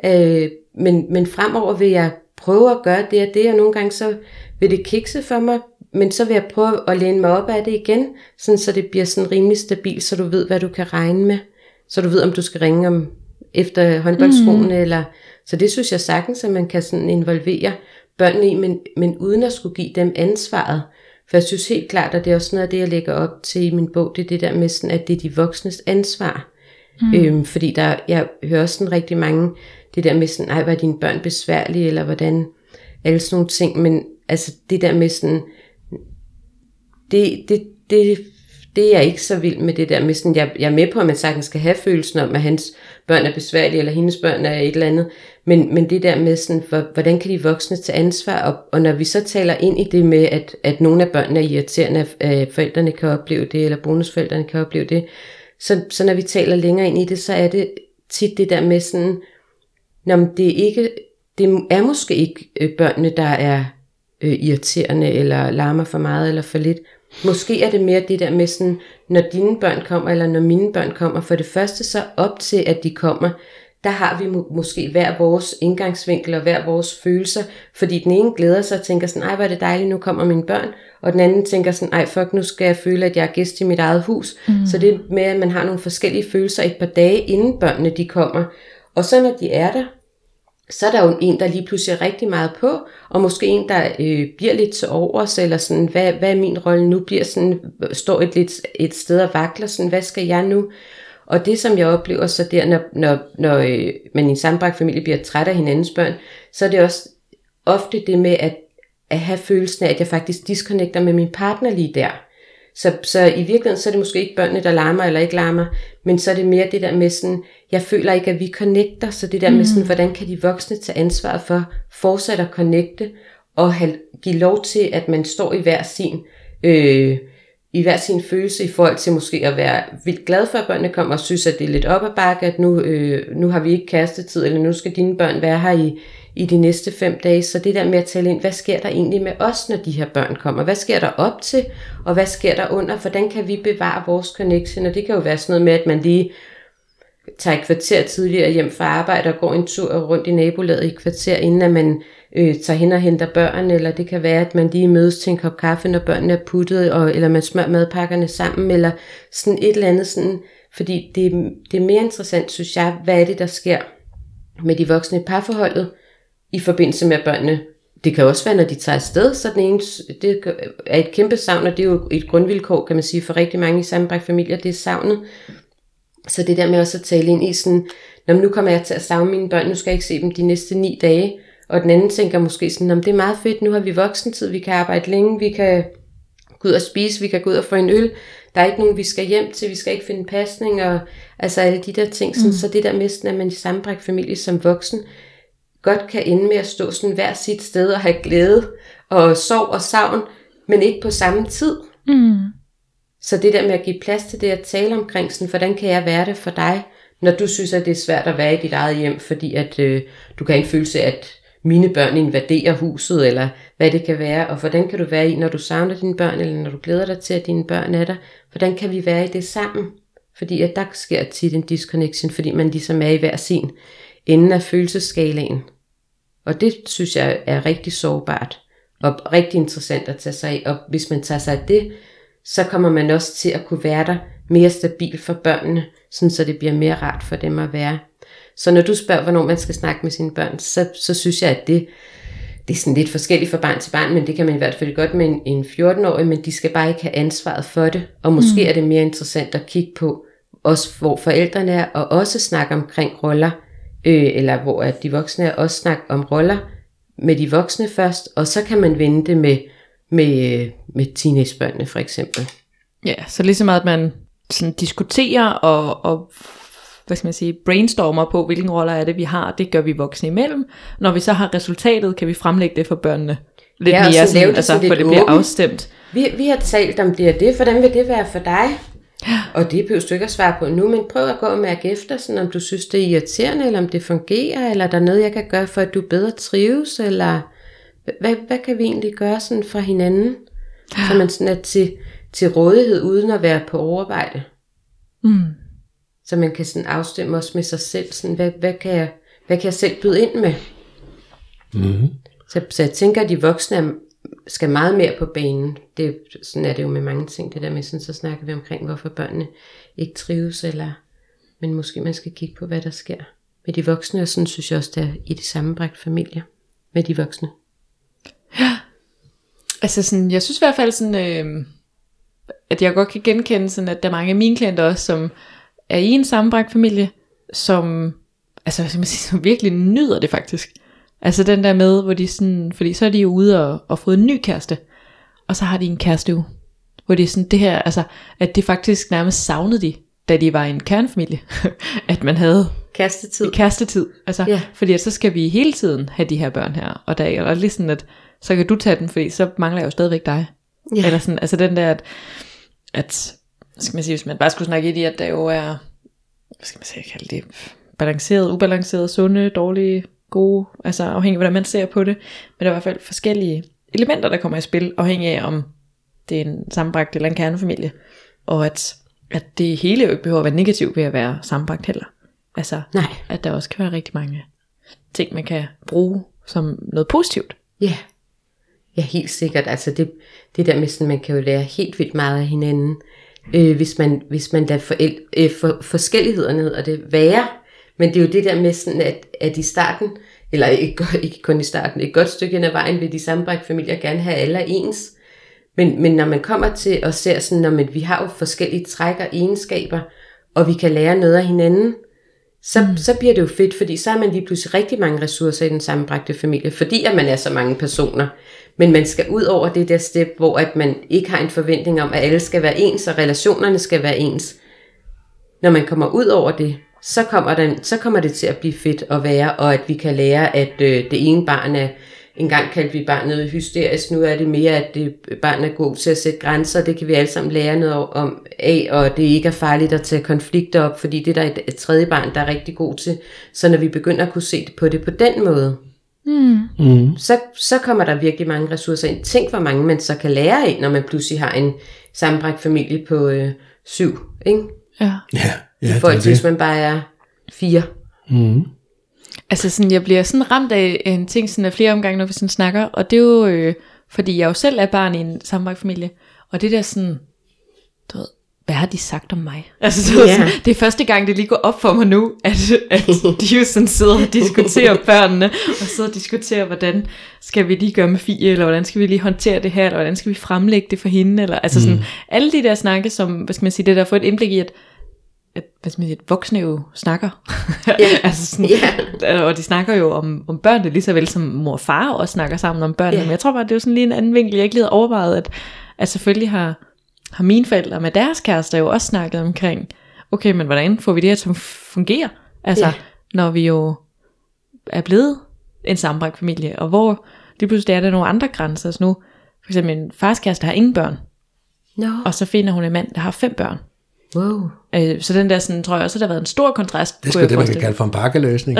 men fremover vil jeg prøve at gøre det og det, og nogle gange så vil det kikse for mig, men så vil jeg prøve at læne mig op af det igen, sådan, så det bliver sådan rimelig stabilt, så du ved, hvad du kan regne med, så du ved, om du skal ringe om efter håndboldskoene, eller, så det synes jeg sagtens, at man kan sådan involvere børnene i, men uden at skulle give dem ansvaret, for jeg synes helt klart, at det er også noget af det, jeg lægger op til i min bog, det er det der med sådan, at det er de voksnes ansvar, fordi jeg hører også sådan rigtig mange, det der med sådan, var dine børn besværlige, eller hvordan, alle sådan nogle ting, men altså det der med sådan, det er jeg ikke så vild med, det der med sådan, jeg er med på, at man sagtens skal have følelsen om, at hans børn er besværlige, eller hendes børn er et eller andet, men det der med sådan, hvordan kan de voksne tage ansvar, og når vi så taler ind i det med, at nogle af børnene er irriterende, at forældrene kan opleve det, eller bonusforældrene kan opleve det, så når vi taler længere ind i det, så er det tit det der med sådan, det er måske ikke børnene, der er irriterende, eller larmer for meget, eller for lidt. Måske er det mere det der med sådan, når dine børn kommer, eller når mine børn kommer, for det første så op til, at de kommer, der har vi måske hver vores indgangsvinkel, og hver vores følelser, fordi den ene glæder sig og tænker sådan, hvor er det dejligt, nu kommer mine børn, og den anden tænker sådan, fuck, nu skal jeg føle, at jeg er gæst i mit eget hus, så det er med, at man har nogle forskellige følelser et par dage, inden børnene de kommer, og så når de er der, så er der jo en, der lige pludselig er rigtig meget på, og måske en, der bliver lidt til overs, eller sådan, hvad er min rolle nu, bliver sådan, står et sted og vakler, sådan, hvad skal jeg nu? Og det, som jeg oplever så der, når man i en sammenbragt familie bliver træt af hinandens børn, så er det også ofte det med at have følelsen af, at jeg faktisk disconnecter med min partner lige der. Så i virkeligheden, så er det måske ikke børnene, der larmer eller ikke larmer, men så er det mere det der med sådan, jeg føler ikke, at vi connecter, så det der med sådan, hvordan kan de voksne tage ansvar for fortsat at connecte, og give lov til, at man står i hver sin følelse i forhold til måske at være vildt glad for, at børnene kommer og synes, at det er lidt op ad bakke, at nu har vi ikke kærestetid, eller nu skal dine børn være her i de næste 5 dage. Så det der med at tale ind, hvad sker der egentlig med os, når de her børn kommer? Hvad sker der op til, og hvad sker der under? Hvordan kan vi bevare vores connection? Og det kan jo være sådan noget med, at man lige tager et kvarter tidligere hjem fra arbejde og går en tur rundt i nabolaget i et kvarter, inden at man tager hen og henter børn, eller det kan være, at man lige mødes til en kop kaffe, når børnene er puttet, eller man smører madpakkerne sammen, eller sådan et eller andet, sådan, fordi det er mere interessant, synes jeg, hvad er det, der sker med de voksne i parforholdet i forbindelse med børnene. Det kan også være, når de tager afsted, så den ene, det er et kæmpe savn, og det er jo et grundvilkår, kan man sige, for rigtig mange i sammenbragt familier, det er savnet. Så det der med også at tale ind i sådan, nu kommer jeg til at savne mine børn, nu skal jeg ikke se dem de næste 9 dage, og den anden tænker måske sådan, det er meget fedt, nu har vi voksentid, vi kan arbejde længe, vi kan gå ud og spise, vi kan gå ud og få en øl, der er ikke nogen, vi skal hjem til, vi skal ikke finde pasning, og altså alle de der ting, sådan, så det der med sådan, at man i sammenbragt familie som voksen, godt kan ende med at stå sådan hver sit sted og have glæde og sorg og savn, men ikke på samme tid. Så det der med at give plads til det at tale omkring, sådan, hvordan kan jeg være det for dig, når du synes, at det er svært at være i dit eget hjem, fordi at du kan have en følelse af, at mine børn invaderer huset, eller hvad det kan være, og hvordan kan du være i, når du savner dine børn, eller når du glæder dig til, at dine børn er der, hvordan kan vi være i det sammen? Fordi at der sker tit en disconnection, fordi man ligesom er i hver sin ende af følelsesskalaen. Og det synes jeg er rigtig sårbart, og rigtig interessant at tage sig af, og hvis man tager sig af det, så kommer man også til at kunne være der mere stabil for børnene, sådan så det bliver mere rart for dem at være. Så når du spørger, hvornår man skal snakke med sine børn, så synes jeg, at det er sådan lidt forskelligt fra barn til barn, men det kan man i hvert fald godt med en 14-årig, men de skal bare ikke have ansvaret for det. Og måske er det mere interessant at kigge på, også hvor forældrene er, og også snakke omkring roller, eller hvor at de voksne er, også snakke om roller med de voksne først, og så kan man vende det med teenagebørnene for eksempel. Ja, så lige så meget, at man sådan diskuterer og hvad skal man sige, brainstormer på, hvilke roller er det, vi har. Det gør vi voksne imellem. Når vi så har resultatet, kan vi fremlægge det for børnene. Lidt mere, sådan, altså, for det bliver afstemt. Vi har talt om det, hvordan vil det være for dig? Ja. Og det behøver du ikke at svare på nu, men prøv at gå og mærke efter, sådan, om du synes, det er irriterende, eller om det fungerer, eller der er noget, jeg kan gøre, for at du bedre trives, eller hvad kan vi egentlig gøre sådan for hinanden, så man sådan er til rådighed, uden at være på overarbejde. Så man kan sådan afstemme også med sig selv, sådan, hvad kan jeg selv byde ind med? Så jeg tænker, at de voksne skal meget mere på banen. Sådan er det jo med mange ting, det der med, sådan, så snakker vi omkring, hvorfor børnene ikke trives, men måske man skal kigge på, hvad der sker med de voksne, og sådan synes jeg også, det er i de sammenbragte familier med de voksne. Ja, altså sådan, jeg synes i hvert fald sådan, at jeg godt kan genkende sådan, at der er mange af mine klienter også, som er i en sammenbragt familie, som, altså hvad skal man sige, som virkelig nyder det faktisk. Altså den der med, hvor de sådan, fordi så er de jo ude og fået en ny kæreste, og så har de en kæresteuge, hvor de sådan det her, altså at det faktisk nærmest savnede de, da de var i en kernefamilie, at man havde kærestetid, altså yeah. Fordi at så skal vi hele tiden have de her børn her, og der er lige sådan, at så kan du tage den, fordi så mangler jeg jo stadigvæk dig, yeah. Eller sådan, altså den der, at skal man sige, hvis man bare skulle snakke i det, at der jo er, hvad skal man sige, kalde det, balanceret, ubalanceret, sunde, dårlige, gode, altså afhængig af hvordan man ser på det, men der er i hvert fald forskellige elementer, der kommer i spil, afhængig af om det er en sammenbragt eller en kernefamilie, og at det hele jo ikke behøver at være negativt ved at være sammenbragt heller. Altså, nej. At der også kan være rigtig mange ting, man kan bruge som noget positivt. Ja, ja, helt sikkert. Altså det der med sådan, man kan jo lære helt vildt meget af hinanden, hvis man lader forskellighederne hedder det være. Men det er jo det der med sådan, at i starten, eller ikke kun i starten, et godt stykke hen ad vejen vil de sammenbragte familier gerne have alle ens. Men når man kommer til at se sådan, når vi har jo forskellige træk og egenskaber, og vi kan lære noget af hinanden, så bliver det jo fedt, fordi så har man lige pludselig rigtig mange ressourcer i den sammenbragte familie, fordi at man er så mange personer. Men man skal ud over det der step, hvor at man ikke har en forventning om, at alle skal være ens, og relationerne skal være ens. Når man kommer ud over det, så kommer det til at blive fedt at være, og at vi kan lære, at det ene barn er, engang kaldte vi barnet hysterisk, nu er det mere, at barn er god til at sætte grænser, det kan vi alle sammen lære noget om af, og det ikke er farligt at tage konflikter op, fordi det der er et tredje barn, der er rigtig god til, så når vi begynder at kunne se det på den måde, så kommer der virkelig mange ressourcer ind. Tænk, hvor mange man så kan lære af, når man pludselig har en sammenbragt familie på 7, ikke? Ja. Ja, i forhold til, hvis man bare er 4. Altså sådan, jeg bliver sådan ramt af en ting sådan af flere omgange, når vi sådan snakker, og det er jo, fordi jeg jo selv er barn i en sammenbragt familie, og det der sådan, du ved, hvad har de sagt om mig? Altså sådan, det er første gang, det lige går op for mig nu, at de jo sådan sidder og diskuterer børnene, og sidder og diskuterer, hvordan skal vi lige gøre med Fie, eller hvordan skal vi lige håndtere det her, eller hvordan skal vi fremlægge det for hende, eller altså sådan, alle de der snakke, som, hvad skal man sige, det der får et indblik i, at hvad skal man sige, at voksne jo snakker. Altså sådan, og de snakker jo om børnene, lige så vel som mor og far også snakker sammen om børnene, men jeg tror bare, det er jo sådan lige en anden vinkel, jeg ikke lige havde overvejet, at selvfølgelig har mine forældre med deres kærester jo også snakket omkring, okay, men hvordan får vi det her til at fungere? Altså, når vi jo er blevet en sammenbragt familie, og hvor lige pludselig er der nogle andre grænser. Så nu, for eksempel min fars kæreste har ingen børn, og så finder hun en mand, der har 5 børn. Wow. Så den der sådan, tror jeg også, der har været en stor kontrast. Det er sgu det, man kan kalde for en pakkeløsning.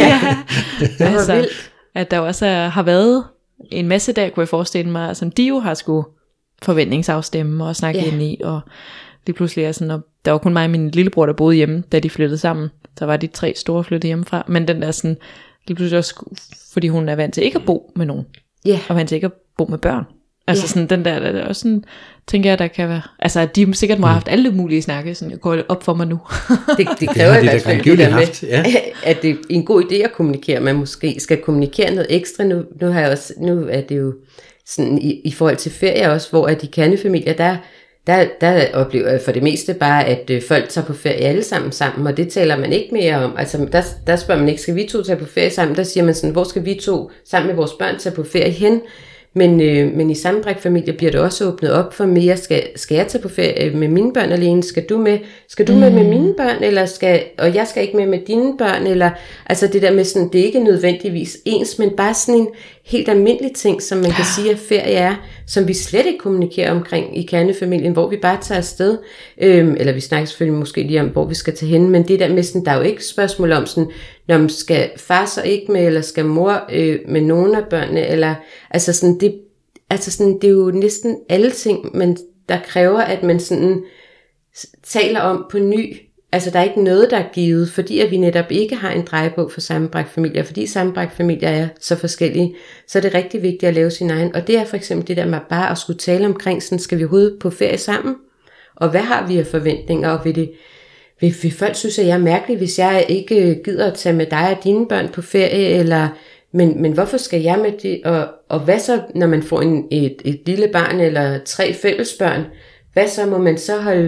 Altså, at der også har været en masse der, kunne jeg forestille mig, som de jo har skulle forventningsafstemme og snakke ind i, og lige pludselig er sådan, og der var kun mig og min lillebror, der boede hjemme, da de flyttede sammen. Der var de 3 store flyttet hjemmefra, men den der sådan, lige pludselig også, fordi hun er vant til ikke at bo med nogen, og vant til ikke at bo med børn. Altså sådan den der er også sådan, tænker jeg, der kan være, altså at de sikkert må have haft alle mulige snakke, sådan jeg går op for mig nu. det kræver i hvert fald det der med, at det er en god idé at kommunikere, man måske skal kommunikere noget ekstra. Nu er det jo sådan i forhold til ferie også, hvor at i kernefamilier, der oplever jeg for det meste bare, at folk tager på ferie alle sammen, og det taler man ikke mere om. Altså der spørger man ikke, skal vi 2 tage på ferie sammen? Der siger man sådan, hvor skal vi 2 sammen med vores børn tage på ferie hen? Men i sammenbragt familie bliver det også åbnet op for mere, skal jeg tage på ferie med mine børn alene? Skal du med med mine børn, og jeg skal ikke med dine børn? Eller, altså det der med sådan, det er ikke nødvendigvis ens, men bare sådan en helt almindelig ting, som man kan sige, at ferie er, som vi slet ikke kommunikerer omkring i kernefamilien, hvor vi bare tager afsted. Eller vi snakker selvfølgelig måske lige om, hvor vi skal tage hen, men det der med sådan, der er jo ikke spørgsmål om sådan, når man skal far så ikke med, eller skal mor med nogen af børnene, eller altså sådan, det er jo næsten alle ting, men der kræver, at man sådan taler om på ny. Altså der er ikke noget, der er givet, fordi at vi netop ikke har en drejebog for sammenbragt familier, fordi sammenbragt familier er så forskellige, så er det rigtig vigtigt at lave sin egen. Og det er for eksempel det der med bare at skulle tale omkring, sådan skal vi overhovedet på ferie sammen, og hvad har vi af forventninger, og vil folk synes, at jeg er mærkelig, hvis jeg ikke gider at tage med dig og dine børn på ferie, eller men hvorfor skal jeg med det, og hvad så, når man får et lille barn, eller 3 fællesbørn, hvad så, må man så holde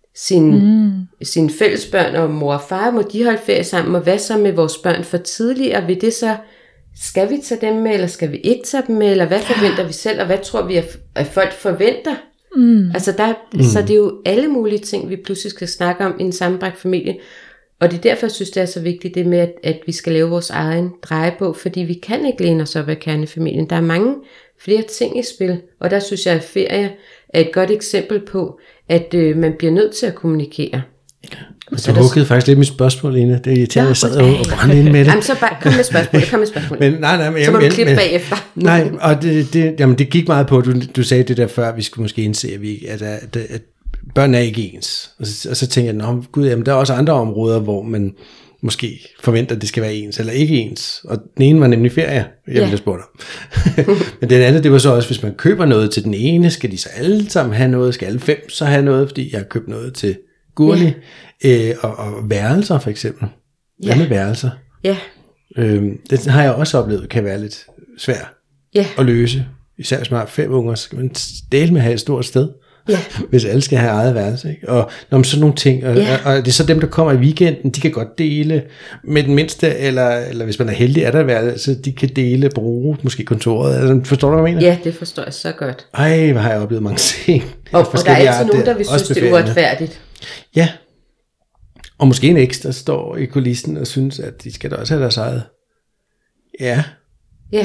sine fællesbørn, og mor og far, må de holde ferie sammen, og hvad så med vores børn for tidligere, vil det så, skal vi tage dem med, eller skal vi ikke tage dem med, eller hvad forventer vi selv, og hvad tror vi, at folk forventer? Altså så det er jo alle mulige ting, vi pludselig skal snakke om i en sammenbragt familie, og det er derfor, jeg synes, det er så vigtigt det med, at vi skal lave vores egen drejebog, fordi vi kan ikke læne os op af kernefamilien. Der er mange flere ting i spil, og der synes jeg, at ferie er et godt eksempel på, at man bliver nødt til at kommunikere. Så du huggede faktisk lidt mit spørgsmål, Lene. Det er irriterende, jeg sad og brændte ind med det. Jamen så bare kom med spørgsmålet. Men, nej, så må du klippe bagefter. Nej, og det gik meget på, du sagde det der før, at vi skulle måske indse, at børn er ikke ens. Og så tænker jeg, gud, jamen, der er også andre områder, hvor man måske forventer, at det skal være ens, eller ikke ens. Og den ene var nemlig ferie, jeg ville have spurgt om. Men den anden, det var så også, hvis man køber noget til den ene, skal de så alle sammen have noget, skal alle 5 så have noget, fordi jeg har købt noget til Gurli, og værelser for eksempel. Hvad med værelser? Ja. Det har jeg også oplevet, kan være lidt svært at løse. Især hvis man har 5 unger, så skal man dele med at have et stort sted. Ja. Hvis alle skal have eget værelse, ikke? Og når man sådan nogle ting, og det er så dem, der kommer i weekenden, de kan godt dele med den mindste, eller hvis man er heldig, er der værelse, de kan bruge måske kontoret. Altså, forstår du, hvad jeg mener? Ja, det forstår jeg så godt. Ej, hvad har jeg oplevet mange ting. Og der er altid nogen, der vil synes, det er uretfærdigt. Ja, og måske en ekstra står i kulissen og synes, at de skal da også have deres eget. Ja. Ja,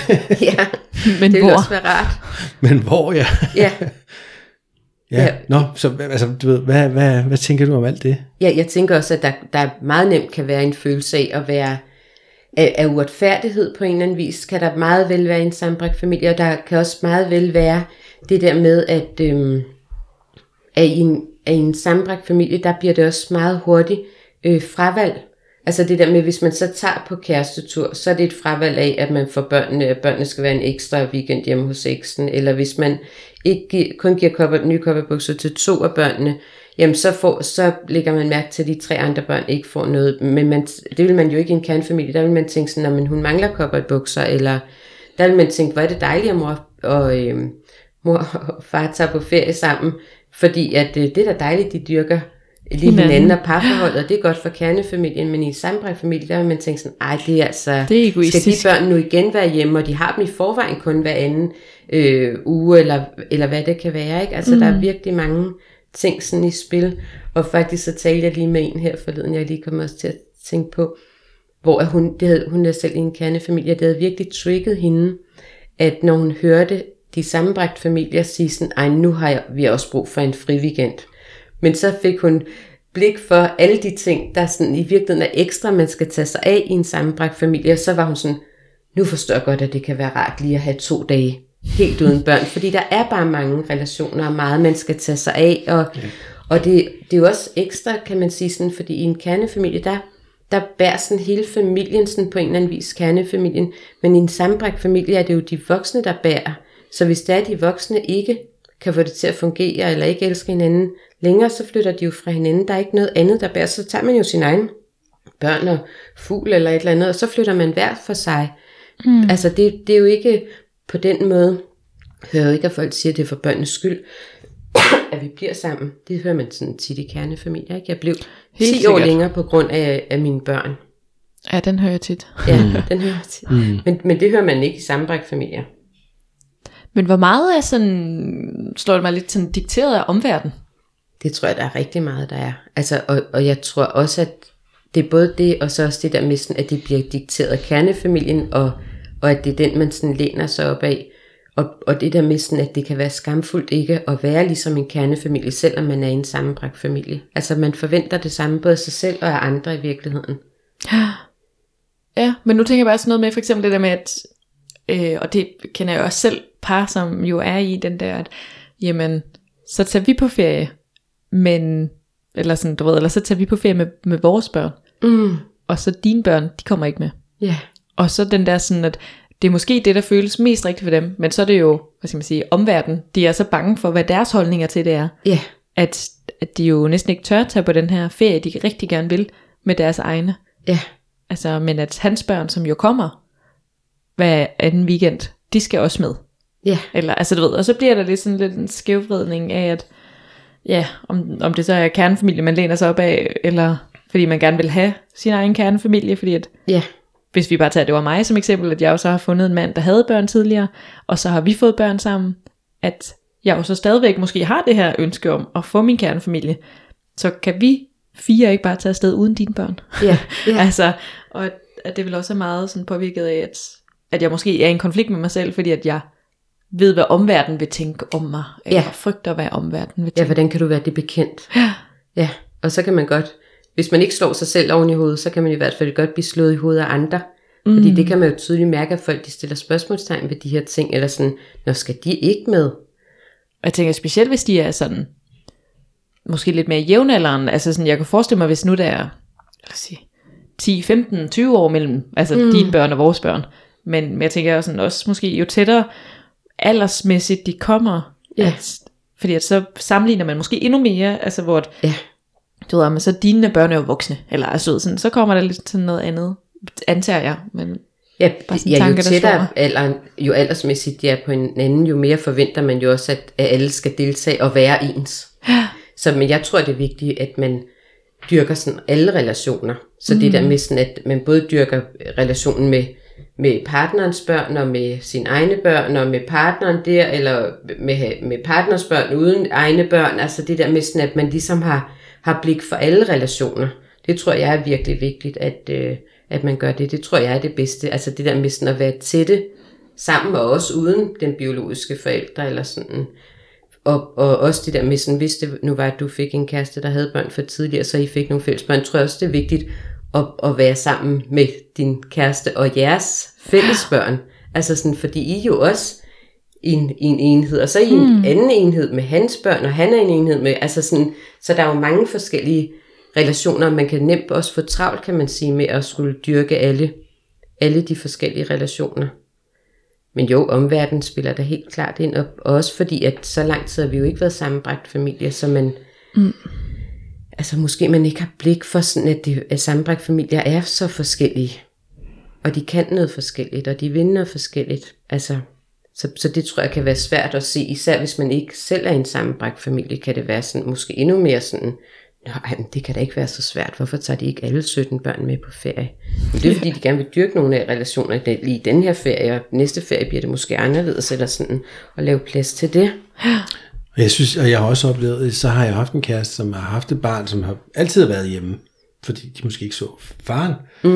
men det hvor? vil også være rart. Men hvor, ja. Ja. Nå, så altså, du ved, hvad tænker du om alt det? Ja, jeg tænker også, at der meget nemt kan være en følelse af at være af uretfærdighed på en eller anden vis. Kan der meget vel være en sammenbragt familie, og der kan også meget vel være det der med, at i en sammenbragt familie, der bliver det også meget hurtigt fravalg. Altså det der med, hvis man så tager på kærestetur, så er det et fravalg af, at man får børnene skal være en ekstra weekend hjemme hos eksen, eller hvis man ikke kun giver nye kopperbukser til 2 af børnene, jamen så lægger man mærke til, at de 3 andre børn ikke får noget. Men det vil man jo ikke i en kernefamilie. Der vil man tænke sådan, at hun mangler kopperbukser, eller der vil man tænke, hvor er det dejligt, at mor og far tager på ferie sammen, fordi at det er da dejligt, de dyrker lige hinanden og parforholdet, og det er godt for kernefamilien, men i en sammenbragt familie, der vil man tænke sådan, det er altså, det er egoistisk. Skal de børn nu igen være hjemme, og de har dem i forvejen kun hver anden uge, eller hvad det kan være, ikke? Altså der er virkelig mange ting sådan i spil, og faktisk så talte jeg lige med en her forleden, jeg lige kom også til at tænke på, hvor hun er selv i en kernefamilie, det havde virkelig trigget hende, at når hun hørte de sammenbragte familier sige sådan, nu har vi også brug for en fri weekend. Men så fik hun blik for alle de ting, der sådan i virkeligheden er ekstra, man skal tage sig af i en sammenbragt familie. Og så var hun sådan, nu forstår jeg godt, at det kan være rart lige at have 2 dage helt uden børn. Fordi der er bare mange relationer og meget, man skal tage sig af. Og det er jo også ekstra, kan man sige, sådan, fordi i en kernefamilie, der bærer sådan hele familien sådan på en eller anden vis kernefamilien. Men i en sammenbragt familie er det jo de voksne, der bærer. Så hvis det er, de voksne ikke kan få det til at fungere, eller ikke elsker hinanden længere, så flytter de jo fra hinanden. Der er ikke noget andet, der bærer. Så tager man jo sine egne børn og fugl eller et eller andet, og så flytter man hver for sig. Altså det er jo ikke på den måde, hører jo ikke, at folk siger, at det er for børnenes skyld, at vi bliver sammen. Det hører man sådan tit i kernefamilier, ikke? Jeg blev 10 år længere på grund af mine børn. Ja, den hører jeg tit. Ja, den hører jeg tit. Men det hører man ikke i sammenbragt familier. Men hvor meget er sådan, slår det mig lidt sådan dikteret af omverdenen? Det tror jeg, der er rigtig meget, der er. Altså, og jeg tror også, at det er både det, og så også det der med sådan, at det bliver dikteret af kernefamilien, og at det er den, man sådan læner sig op af. Og det der med sådan, at det kan være skamfuldt ikke at være ligesom en kernefamilie, selvom man er i en sammenbragt familie. Altså man forventer det samme både af sig selv og af andre i virkeligheden. Ja, men nu tænker jeg bare sådan noget med, for eksempel det der med, at og det kender jeg også selv, par som jo er i den der, at jamen, så tager vi på ferie, men, eller sådan, du ved, eller så tager vi på ferie med vores børn, og så dine børn, de kommer ikke med. Yeah. Og så den der sådan, at det er måske det, der føles mest rigtigt for dem, men så er det jo, hvad skal man sige, omverdenen, de er så bange for, hvad deres holdninger til det er, at de jo næsten ikke tør tage på den her ferie, de rigtig gerne vil, med deres egne. Altså, men at hans børn, som jo kommer hver anden weekend, de skal også med. Eller, altså du ved, og så bliver der lidt sådan lidt en skævvridning af, at om det så er kernefamilie, man læner sig op af, eller fordi man gerne vil have sin egen kernefamilie, fordi at, hvis vi bare tager, det var mig som eksempel, at jeg jo så har fundet en mand, der havde børn tidligere, og så har vi fået børn sammen, at jeg jo så stadigvæk måske har det her ønske om at få min kernefamilie, så kan vi 4 ikke bare tage afsted uden dine børn. Altså, og at det vil også er meget sådan påvirket af, at jeg måske er i en konflikt med mig selv, fordi at jeg ved, hvad omverdenen vil tænke om mig, eller frygter, hvad omverdenen vil tænke. Ja, hvordan kan du være det bekendt? Ja, og så kan man godt, hvis man ikke slår sig selv oven i hovedet, så kan man i hvert fald godt blive slået i hovedet af andre. Fordi det kan man jo tydeligt mærke, at folk de stiller spørgsmålstegn ved de her ting, eller sådan, når skal de ikke med? Og jeg tænker specielt, hvis de er sådan, måske lidt mere jævnaldrende, altså sådan, jeg kan forestille mig, hvis nu der er, lad os sige, 10, 15, 20 år mellem, altså dine børn og vores børn, men jeg tænker sådan også, måske jo tættere aldersmæssigt de kommer, fordi at så sammenligner man måske endnu mere, altså hvor du ved, men så dine børn er jo voksne, eller er søde, sådan, så kommer der lidt til noget andet, antager jeg, men jo tættere alderen, jo aldersmæssigt de er på en anden, jo mere forventer man jo også, at alle skal deltage og være ens. Så men jeg tror, det er vigtigt, at man dyrker sådan alle relationer. Så det der med sådan, at man både dyrker relationen med partnerens børn, og med sine egne børn, og med partneren der, eller med partners børn uden egne børn. Altså det der med sådan, at man ligesom har blik for alle relationer. Det tror jeg er virkelig vigtigt, at man gør det. Det tror jeg er det bedste. Altså det der med sådan at være tætte sammen, og også uden den biologiske forældre, eller sådan. Og også det der med sådan, hvis det nu var, at du fik en kæreste, der havde børn for tidligere, så I fik nogle fælles børn, tror jeg også, det er vigtigt at være sammen med din kæreste og jeres fælles børn. Altså sådan, fordi I jo også i en enhed, og så i en anden enhed med hans børn, og han er en enhed med, altså sådan, så der er jo mange forskellige relationer. Man kan nemt også få travlt, kan man sige, med at skulle dyrke alle de forskellige relationer. Men jo, omverdenen spiller der helt klart ind, og også fordi, at så lang tid har vi jo ikke været sammenbragt familie, så man, altså måske man ikke har blik for sådan, at sammenbragt familier er så forskellige, og de kan noget forskelligt, og de vinder noget forskelligt, altså, så det tror jeg kan være svært at se, især hvis man ikke selv er en sammenbragt familie, kan det være sådan, måske endnu mere sådan, nej, det kan da ikke være så svært. Hvorfor tager de ikke alle 17 børn med på ferie? Men det er fordi, de gerne vil dyrke nogle af relationer lige i den her ferie, og næste ferie bliver det måske anderledes, eller sådan, og lave plads til det. Og jeg synes, og jeg har også oplevet, så har jeg haft en kæreste, som har haft et barn, som har altid været hjemme, fordi de måske ikke så faren.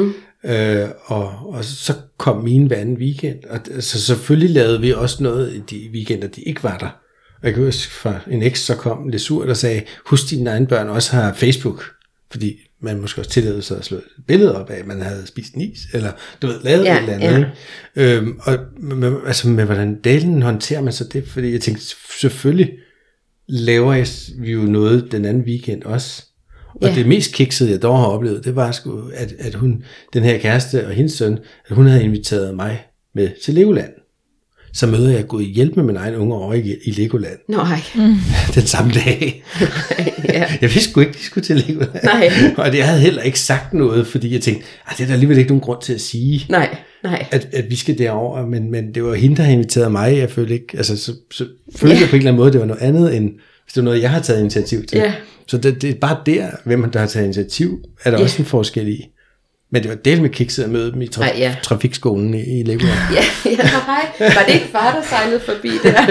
Og så kom mine hver anden weekend, og så selvfølgelig lavede vi også noget i de weekender, de ikke var der. Og jeg kan huske fra en eks, så kom lidt sur, der sagde, husk dine egne børn også har Facebook, fordi man måske også tilladede sig at slå et billede op af, at man havde spist en is, eller du ved, lavet et eller andet. Ja. Og altså med hvordan delen håndterer man så det, fordi jeg tænkte, selvfølgelig laver vi jo noget den anden weekend også. Og det mest kiksede, jeg dog har oplevet, det var sgu, at hun, den her kæreste og hendes søn, at hun havde inviteret mig med til Legoland. Så møder jeg gået hjælp med min egen unge over i Legoland. Nej. Den samme dag. Jeg vidste sgu ikke, de skulle til Legoland. Nej. Og jeg havde heller ikke sagt noget, fordi jeg tænkte, det er der alligevel ikke nogen grund til at sige, nej. At vi skal derover. Men det var hende, der havde inviteret mig. Jeg følte ikke, altså så følte jeg på en eller anden måde, det var noget andet, end hvis det var noget, jeg har taget initiativ til. Så det er bare der, hvem der har taget initiativ, er der også en forskel i. Men det var delt med kikset at møde dem i trafikskolen i Legoland. Var det ikke far, der sejlede forbi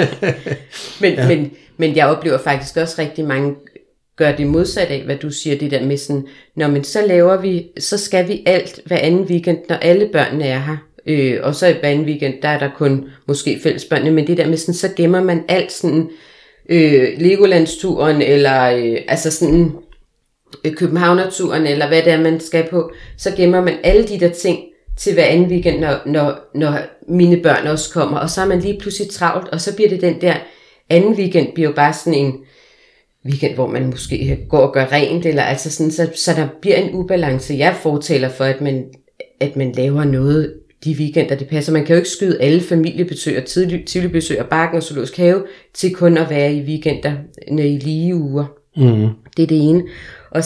der? Men jeg oplever faktisk også rigtig mange gør det modsat af, hvad du siger, det der med sådan, men så skal vi alt hver anden weekend, når alle børnene er her. Og så hver anden weekend, der er der kun måske fællesbørnene, men det der med sådan, så gemmer man alt sådan Legolandsturen, eller altså sådan Københavnerturen, eller hvad det er, man skal på, så gemmer man alle de der ting til hver anden weekend, når mine børn også kommer, og så er man lige pludselig travlt, og så bliver det den der anden weekend, bliver jo bare sådan en weekend, hvor man måske går og gør rent, eller altså sådan, så der bliver en ubalance. Jeg fortæller for, at man laver noget de weekender, det passer. Man kan jo ikke skyde alle familiebesøg og tidlige besøg og Bakken og Zoologisk Have til kun at være i weekender i lige uger. Det er det ene. Og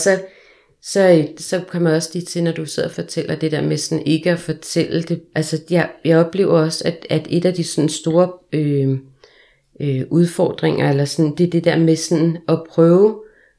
så kommer også lige til, når du sidder og fortæller det der med sådan ikke at fortælle det. Altså jeg oplever også, at et af de sådan store udfordringer, eller sådan, det er det der med sådan at prøve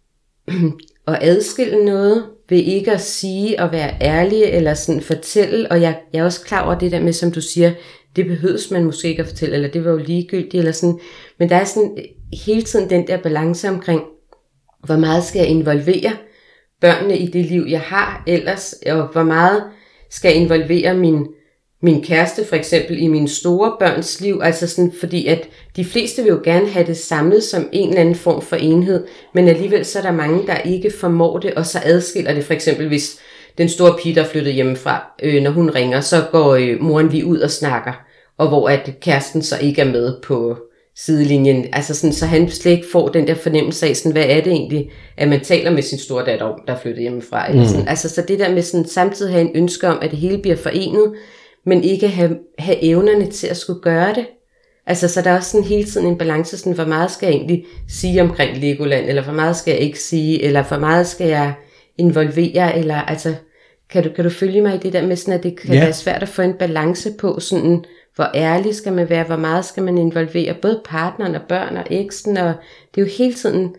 at adskille noget, ved ikke at sige og være ærlig, eller sådan fortælle, og jeg er også klar over det der med, som du siger, det behøves man måske ikke at fortælle, eller det var jo ligegyldigt, eller sådan, men der er sådan hele tiden den der balance omkring, hvor meget skal jeg involvere børnene i det liv, jeg har ellers, og hvor meget skal jeg involvere min kæreste for eksempel i mine store børns liv, altså sådan, fordi at de fleste vil jo gerne have det samlet som en eller anden form for enhed, men alligevel så er der mange, der ikke formår det, og så adskiller det for eksempel, hvis den store pige, der er flyttet hjemmefra, når hun ringer, så går moren lige ud og snakker, og hvor at kæresten så ikke er med på sidelinjen, altså sådan, så han slet ikke får den der fornemmelse af, sådan, hvad er det egentlig, at man taler med sin store datter om, der er flyttet hjemmefra, eller sådan, altså så det der med sådan, samtidig have en ønske om, at det hele bliver forenet, men ikke have evnerne til at skulle gøre det. Altså, så der er også sådan hele tiden en balance, sådan, hvor meget skal jeg egentlig sige omkring Legoland, eller hvor meget skal jeg ikke sige, eller hvor meget skal jeg involvere, eller altså, kan du følge mig i det der med sådan, at det kan være svært at få en balance på, sådan, hvor ærlig skal man være, hvor meget skal man involvere, både partneren og børn og eksen, og det er jo hele tiden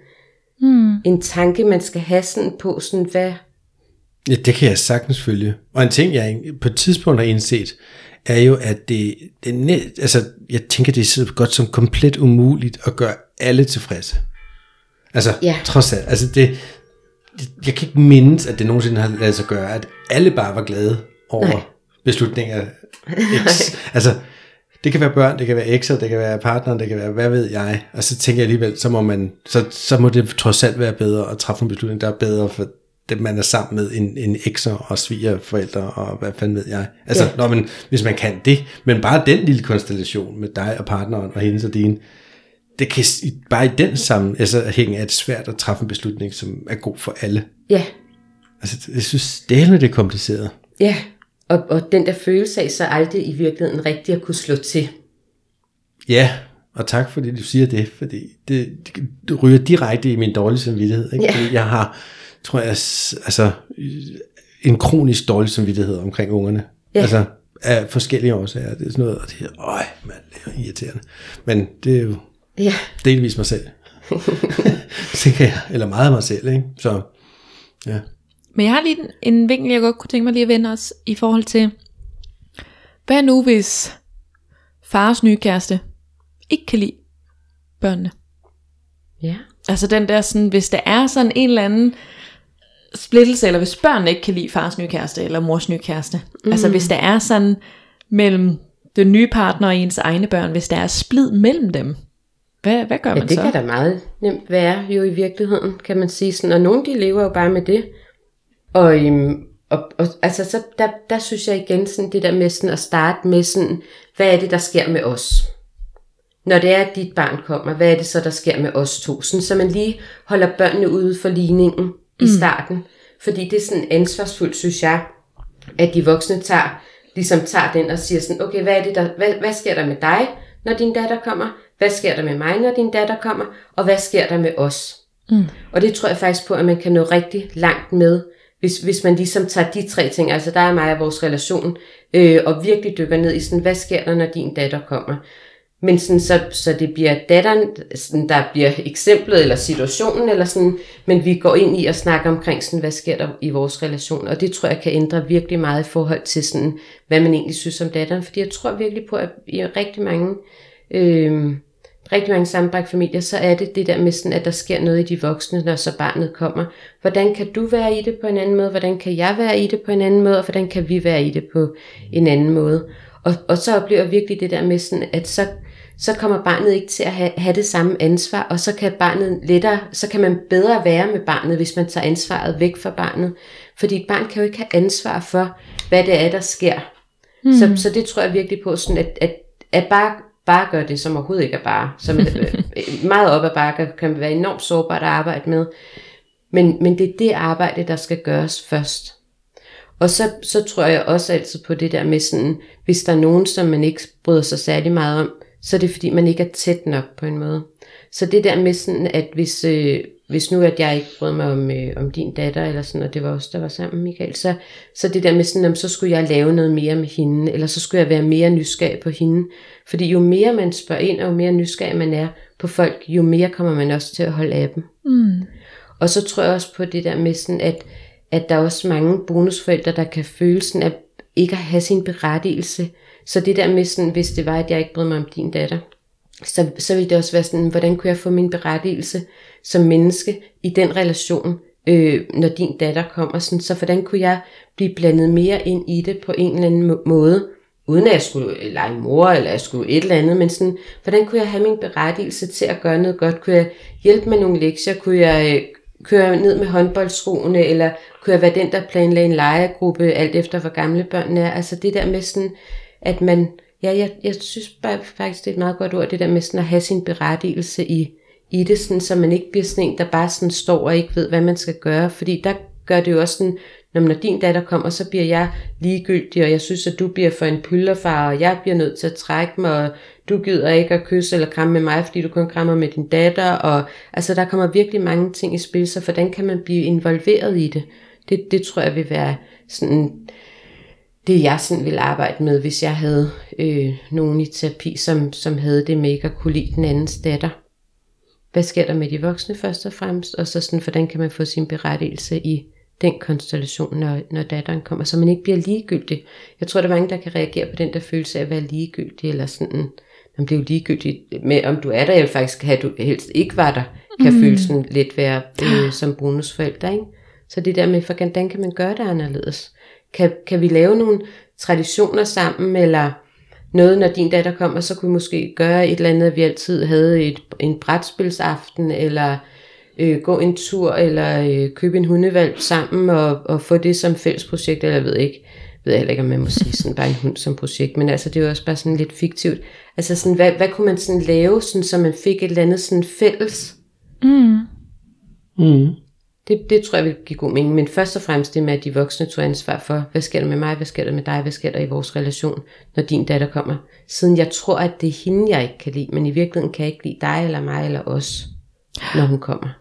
en tanke, man skal have sådan på, sådan, hvad... Ja, det kan jeg sagtens følge. Og en ting, jeg på et tidspunkt har indset, er jo, at altså, jeg tænker, det er så godt som komplet umuligt at gøre alle tilfredse. Altså, trods alt. Altså, jeg kan ikke mindes, at det nogensinde har ladet sig gøre, at alle bare var glade over beslutninger. Altså, det kan være børn, det kan være ekser, det kan være partneren, det kan være, hvad ved jeg. Og så tænker jeg alligevel, så må det trods alt være bedre at træffe en beslutning, der er bedre for det, man er sammen med en ekser og svigerforældre, og hvad fanden ved jeg. Altså, hvis man kan det, men bare den lille konstellation med dig og partneren og hendes og din, det kan bare i den sammenhæng er det svært at træffe en beslutning, som er god for alle. Ja, Altså, jeg synes, det er kompliceret. Ja, og den der følelse af så aldrig i virkeligheden rigtig at kunne slå til. Ja, og tak fordi du siger det, fordi det ryger direkte i min dårlige samvittighed. Ikke? Ja. Fordi jeg har, tror jeg, altså en kronisk dårlig samvittighed omkring ungerne. Ja. Altså af forskellige årsager. Det er sådan noget, og det er, det er irriterende. Men det er jo delvis mig selv. Tænker jeg, eller meget mig selv, ikke? Så, ja. Men jeg har lige en vinkel, jeg godt kunne tænke mig lige at vende os i forhold til, hvad nu hvis fars nye kæreste ikke kan lide børnene? Ja. Altså den der sådan, hvis der er sådan en eller anden splittelse, eller hvis børnene ikke kan lide fars nye kæreste, eller mors nye kæreste. Altså hvis der er sådan mellem den nye partner og ens egne børn, hvis der er splid mellem dem, hvad gør man det så? kan da meget nemt være jo i virkeligheden, kan man sige sådan. Og nogle de lever jo bare med det. Og altså så der synes jeg igen sådan det der med sådan at starte med sådan, hvad er det der sker med os? Når det er at dit barn kommer, hvad er det så der sker med os to? Sådan, så man lige holder børnene ude for ligningen i starten. Fordi det er sådan ansvarsfuldt, synes jeg, at de voksne tager den og siger sådan, okay, hvad sker der med dig, når din datter kommer? Hvad sker der med mig, når din datter kommer? Og hvad sker der med os? Og det tror jeg faktisk på, at man kan nå rigtig langt med, hvis man ligesom tager de tre ting, altså der er mig og vores relation, og virkelig dykker ned i sådan, hvad sker der, når din datter kommer? Men sådan, så det bliver datteren, sådan, der bliver eksemplet eller situationen, eller sådan, men vi går ind i at snakke omkring, sådan, hvad sker der i vores relation, og det tror jeg kan ændre virkelig meget i forhold til, sådan, hvad man egentlig synes om datteren, fordi jeg tror virkelig på, at i rigtig mange sammenbragte familier, så er det der med sådan, at der sker noget i de voksne, når så barnet kommer. Hvordan kan du være i det på en anden måde? Hvordan kan jeg være i det på en anden måde? Og hvordan kan vi være i det på en anden måde? Og så oplever jeg virkelig det der med sådan, at så kommer barnet ikke til at have det samme ansvar, og så kan barnet lettere, så kan man bedre være med barnet, hvis man tager ansvaret væk fra barnet. Fordi et barn kan jo ikke have ansvar for, hvad det er, der sker. Så det tror jeg virkelig på, sådan at bare gøre det, som overhovedet ikke er bare. Som meget op ad bakke kan være enormt sårbart at arbejde med. Men det er det arbejde, der skal gøres først. Og så tror jeg også altid på det der med sådan, hvis der er nogen, som man ikke bryder sig særlig meget om, så er det fordi, man ikke er tæt nok på en måde. Så det der med sådan, at hvis nu at jeg ikke brød mig om din datter, eller sådan, og det var også der var sammen, Michael, så det der med sådan, så skulle jeg lave noget mere med hende, eller så skulle jeg være mere nysgerrig på hende. Fordi jo mere man spørger ind, og jo mere nysgerrig man er på folk, jo mere kommer man også til at holde af dem. Og så tror jeg også på det der med sådan, at der er også mange bonusforældre, der kan føle sådan, at ikke at have sin berettigelse. Så det der med sådan, hvis det var, at jeg ikke brød mig om din datter, så ville det også være sådan, hvordan kunne jeg få min berettigelse som menneske i den relation, når din datter kommer. Sådan, så hvordan kunne jeg blive blandet mere ind i det på en eller anden måde, uden at jeg skulle lege mor, eller jeg skulle et eller andet, men sådan, hvordan kunne jeg have min berettigelse til at gøre noget godt? Kunne jeg hjælpe med nogle lektier? Kunne jeg køre ned med håndboldskoene, eller kunne jeg være den, der planlagde en legegruppe, alt efter hvor gamle børnene er? Altså det der med sådan, at man, jeg synes bare faktisk, det er et meget godt ord, det der med sådan at have sin berettigelse i det, sådan, så man ikke bliver sådan en, der bare sådan står og ikke ved, hvad man skal gøre, fordi der gør det jo også sådan, når din datter kommer, så bliver jeg ligegyldig, og jeg synes, at du bliver for en pylderfar, og jeg bliver nødt til at trække mig, og du gider ikke at kysse eller kramme med mig, fordi du kun krammer med din datter, og altså der kommer virkelig mange ting i spil, så hvordan kan man blive involveret i det? Det tror jeg vil være sådan, det jeg sådan ville arbejde med, hvis jeg havde nogen i terapi, som havde det med ikke at kunne lide den andens datter. Hvad sker der med de voksne først og fremmest, og så sådan, hvordan kan man få sin berettigelse i den konstellation, når datteren kommer, så man ikke bliver ligegyldig. Jeg tror, der er mange, der kan reagere på den der følelse af at være ligegyldig, eller sådan, om det er jo ligegyldigt med, om du er der, eller faktisk have du helst ikke var der, kan følelsen lidt være som bonusforælder, ikke? Så det der med, hvordan kan man gøre det anderledes? Kan vi lave nogle traditioner sammen, eller noget, når din datter kommer, så kunne vi måske gøre et eller andet, at vi altid havde en brætspilsaften, eller gå en tur, eller købe en hundevalp sammen, og få det som fællesprojekt, eller jeg ved heller ikke, om man må sige sådan bare en hund som projekt, men altså det er jo også bare sådan lidt fiktivt. Altså sådan, hvad kunne man sådan lave, sådan, så man fik et eller andet sådan fælles? Det tror jeg vil give god mening, men først og fremmest det med, at de voksne tog ansvar for, hvad sker der med mig, hvad sker der med dig, hvad sker der i vores relation, når din datter kommer. Siden jeg tror, at det er hende, jeg ikke kan lide, men i virkeligheden kan jeg ikke lide dig, eller mig, eller os, når hun kommer.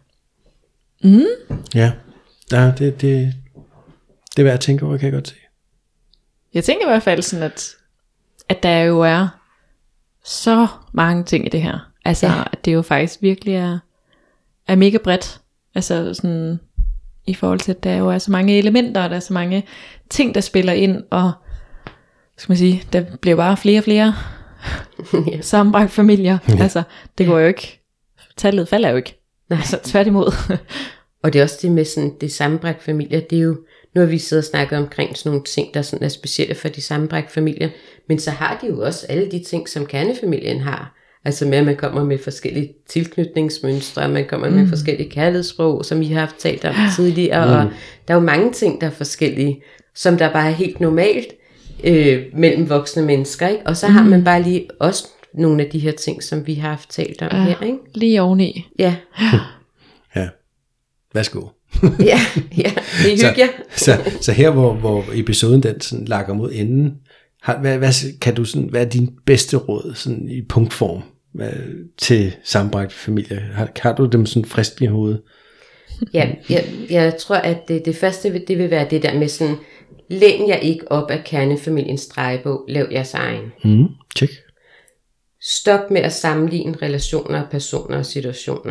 Ja, det er værd at tænke over, kan jeg godt se. Jeg tænker i hvert fald sådan, at der jo er så mange ting i det her. Altså, at det jo faktisk virkelig er mega bredt. Altså sådan, i forhold til, at der jo er så mange elementer, og der er så mange ting, der spiller ind, og skal man sige, der bliver bare flere og flere sammenbragt familier. Altså, det går jo ikke, tallet falder jo ikke. Nej. Altså, tværtimod. Og det er også det med sådan, det sammenbragt familier, det er jo, nu har vi siddet og snakket omkring sådan nogle ting, der sådan er specielle for de sammenbragt familier, men så har de jo også alle de ting, som kernefamilien har. Altså med, at man kommer med forskellige tilknytningsmønstre, man kommer med forskellige kærlighedssprog, som I har haft talt om tidligere, og der er jo mange ting, der er forskellige, som der bare er helt normalt mellem voksne mennesker, ikke? Og så har man bare lige også nogle af de her ting, som vi har haft talt om her, ikke? Lige oveni. Ja. Ja, værsgo. ja, det er hygge. Så her, hvor episoden den sådan lakker mod enden, hvad er din bedste råd sådan i punktform til sammenbragte familier? Har du dem sådan frisk i hovedet? Ja, jeg tror, at det første, det vil være det der med sådan, læn jer ikke op af kernefamiliens drejebog, lav jeres egen. Check. Stop med at sammenligne relationer, personer og situationer.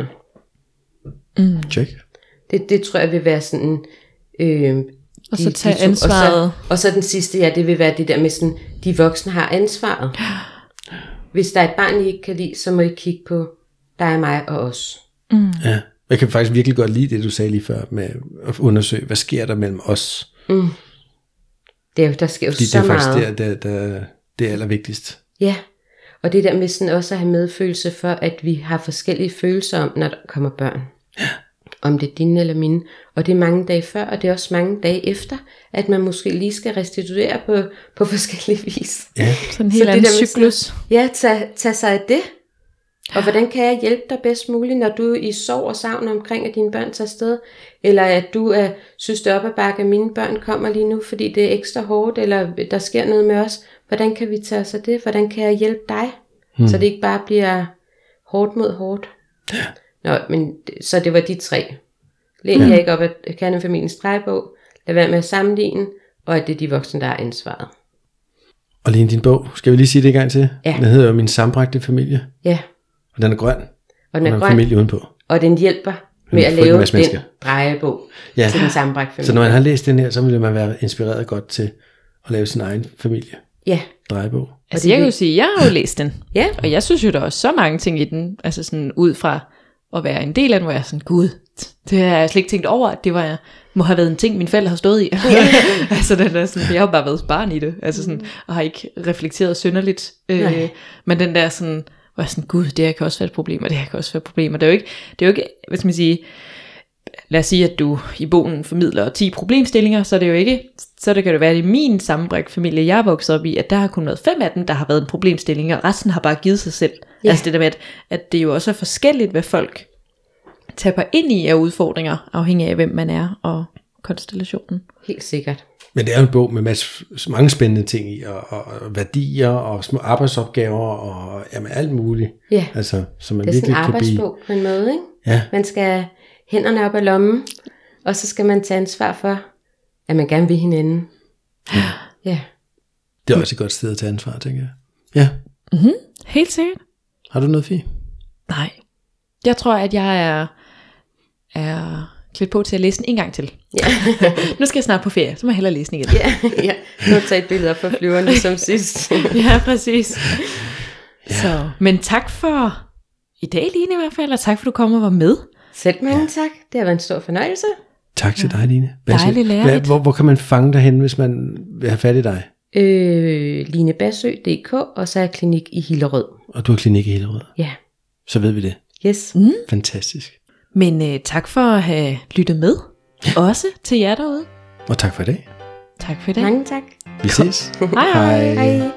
Check. Det tror jeg vil være sådan... og så tage ansvaret. Og så den sidste, det vil være det der med sådan, de voksne har ansvaret. Hvis der er et barn, I ikke kan lide, så må I kigge på dig, mig og os. Ja, jeg kan faktisk virkelig godt lide det, du sagde lige før, med at undersøge, hvad sker der mellem os. Det er jo, der sker jo fordi så meget. Det er faktisk det er allervigtigst. Ja, og det der med sådan også at have medfølelse for, at vi har forskellige følelser om, når der kommer børn. Om det er dine eller mine. Og det er mange dage før, og det er også mange dage efter, at man måske lige skal restituere på forskellige vis. Ja. Sådan en helt anden cyklus. Tag sig af det. Og hvordan kan jeg hjælpe dig bedst muligt, når du er i sorg og savn omkring, at dine børn tager afsted? Eller at du synes det er op ad bakke, at mine børn kommer lige nu, fordi det er ekstra hårdt, eller der sker noget med os. Hvordan kan vi tage os af det? Hvordan kan jeg hjælpe dig? Så det ikke bare bliver hårdt mod hårdt. Nå, men så det var de 3. Læn jer ikke op af kernefamiliens drejebog. Lad være med at sammenligne, og at det er de voksne, der har ansvaret. Og lige din bog, skal vi lige sige det en gang til? Ja. Den hedder jo Min sammenbragte familie. Ja. Og den er grøn. Og den er grøn. En familie udenpå. Og den hjælper med at lave den drejebog til den sammenbragte familie. Så når man har læst den her, så vil man være inspireret godt til at lave sin egen familie. Ja. Drejebog. Altså jeg kan jo sige, jeg har jo læst den. Ja. Og jeg synes jo, der er så mange ting i den, altså sådan ud fra at være en del af den, hvor jeg er sådan, gud, det har jeg slet ikke tænkt over, at det må have været en ting, mine forældre har stået i. Altså den der sådan, jeg har jo bare været barn i det, altså sådan, og har ikke reflekteret synderligt. Men den der sådan, hvor jeg sådan, gud, det her kan også være et problem, og det her kan også være et problem. Og det er jo ikke, hvad skal man sige, lad os sige, at du i bogen formidler 10 problemstillinger, så er det jo ikke, så det kan det være, at i min sammenbragt familie, jeg er vokset op i, at der har kun været 5 af dem, der har været en problemstilling, og resten har bare givet sig selv. Ja. Altså det der med, at det jo også er forskelligt, hvad folk taber ind i af udfordringer, afhængig af hvem man er, og konstellationen. Helt sikkert. Men det er jo en bog med mange spændende ting i, og værdier, og små arbejdsopgaver, og jamen, alt muligt. Ja, altså, så man det er virkelig sådan en arbejdsbog på en måde, ikke? Ja. Man skal hænderne op ad lommen, og så skal man tage ansvar for, at man gerne vil hinanden. Ja. Det er også et godt sted at tage ansvar, tænker jeg. Ja. Helt sikkert. Har du noget, Fie? Nej. Jeg tror, at jeg er klædt på til at læse den en gang til. Ja. Nu skal jeg snart på ferie, så må jeg hellere læse den igen. Ja. Nu har jeg taget et billede op for flyverne som sidst. Ja, præcis. Ja. Så, men tak for i dag, Line, i hvert fald, og tak for, du kom og var med. Selv mange tak. Det har været en stor fornøjelse. Tak til dig, Line. Dejligt lærerigt. Hvor kan man fange dig hen, hvis man vil have fat i dig? Linebassø.dk, og så er klinik i Hillerød. Og du har klinik i Hillerød? Ja. Så ved vi det. Yes. Fantastisk. Men tak for at have lyttet med. Også til jer derude. Og tak for i dag. Tak for i dag. Mange tak. Vi ses. Hej. Hej.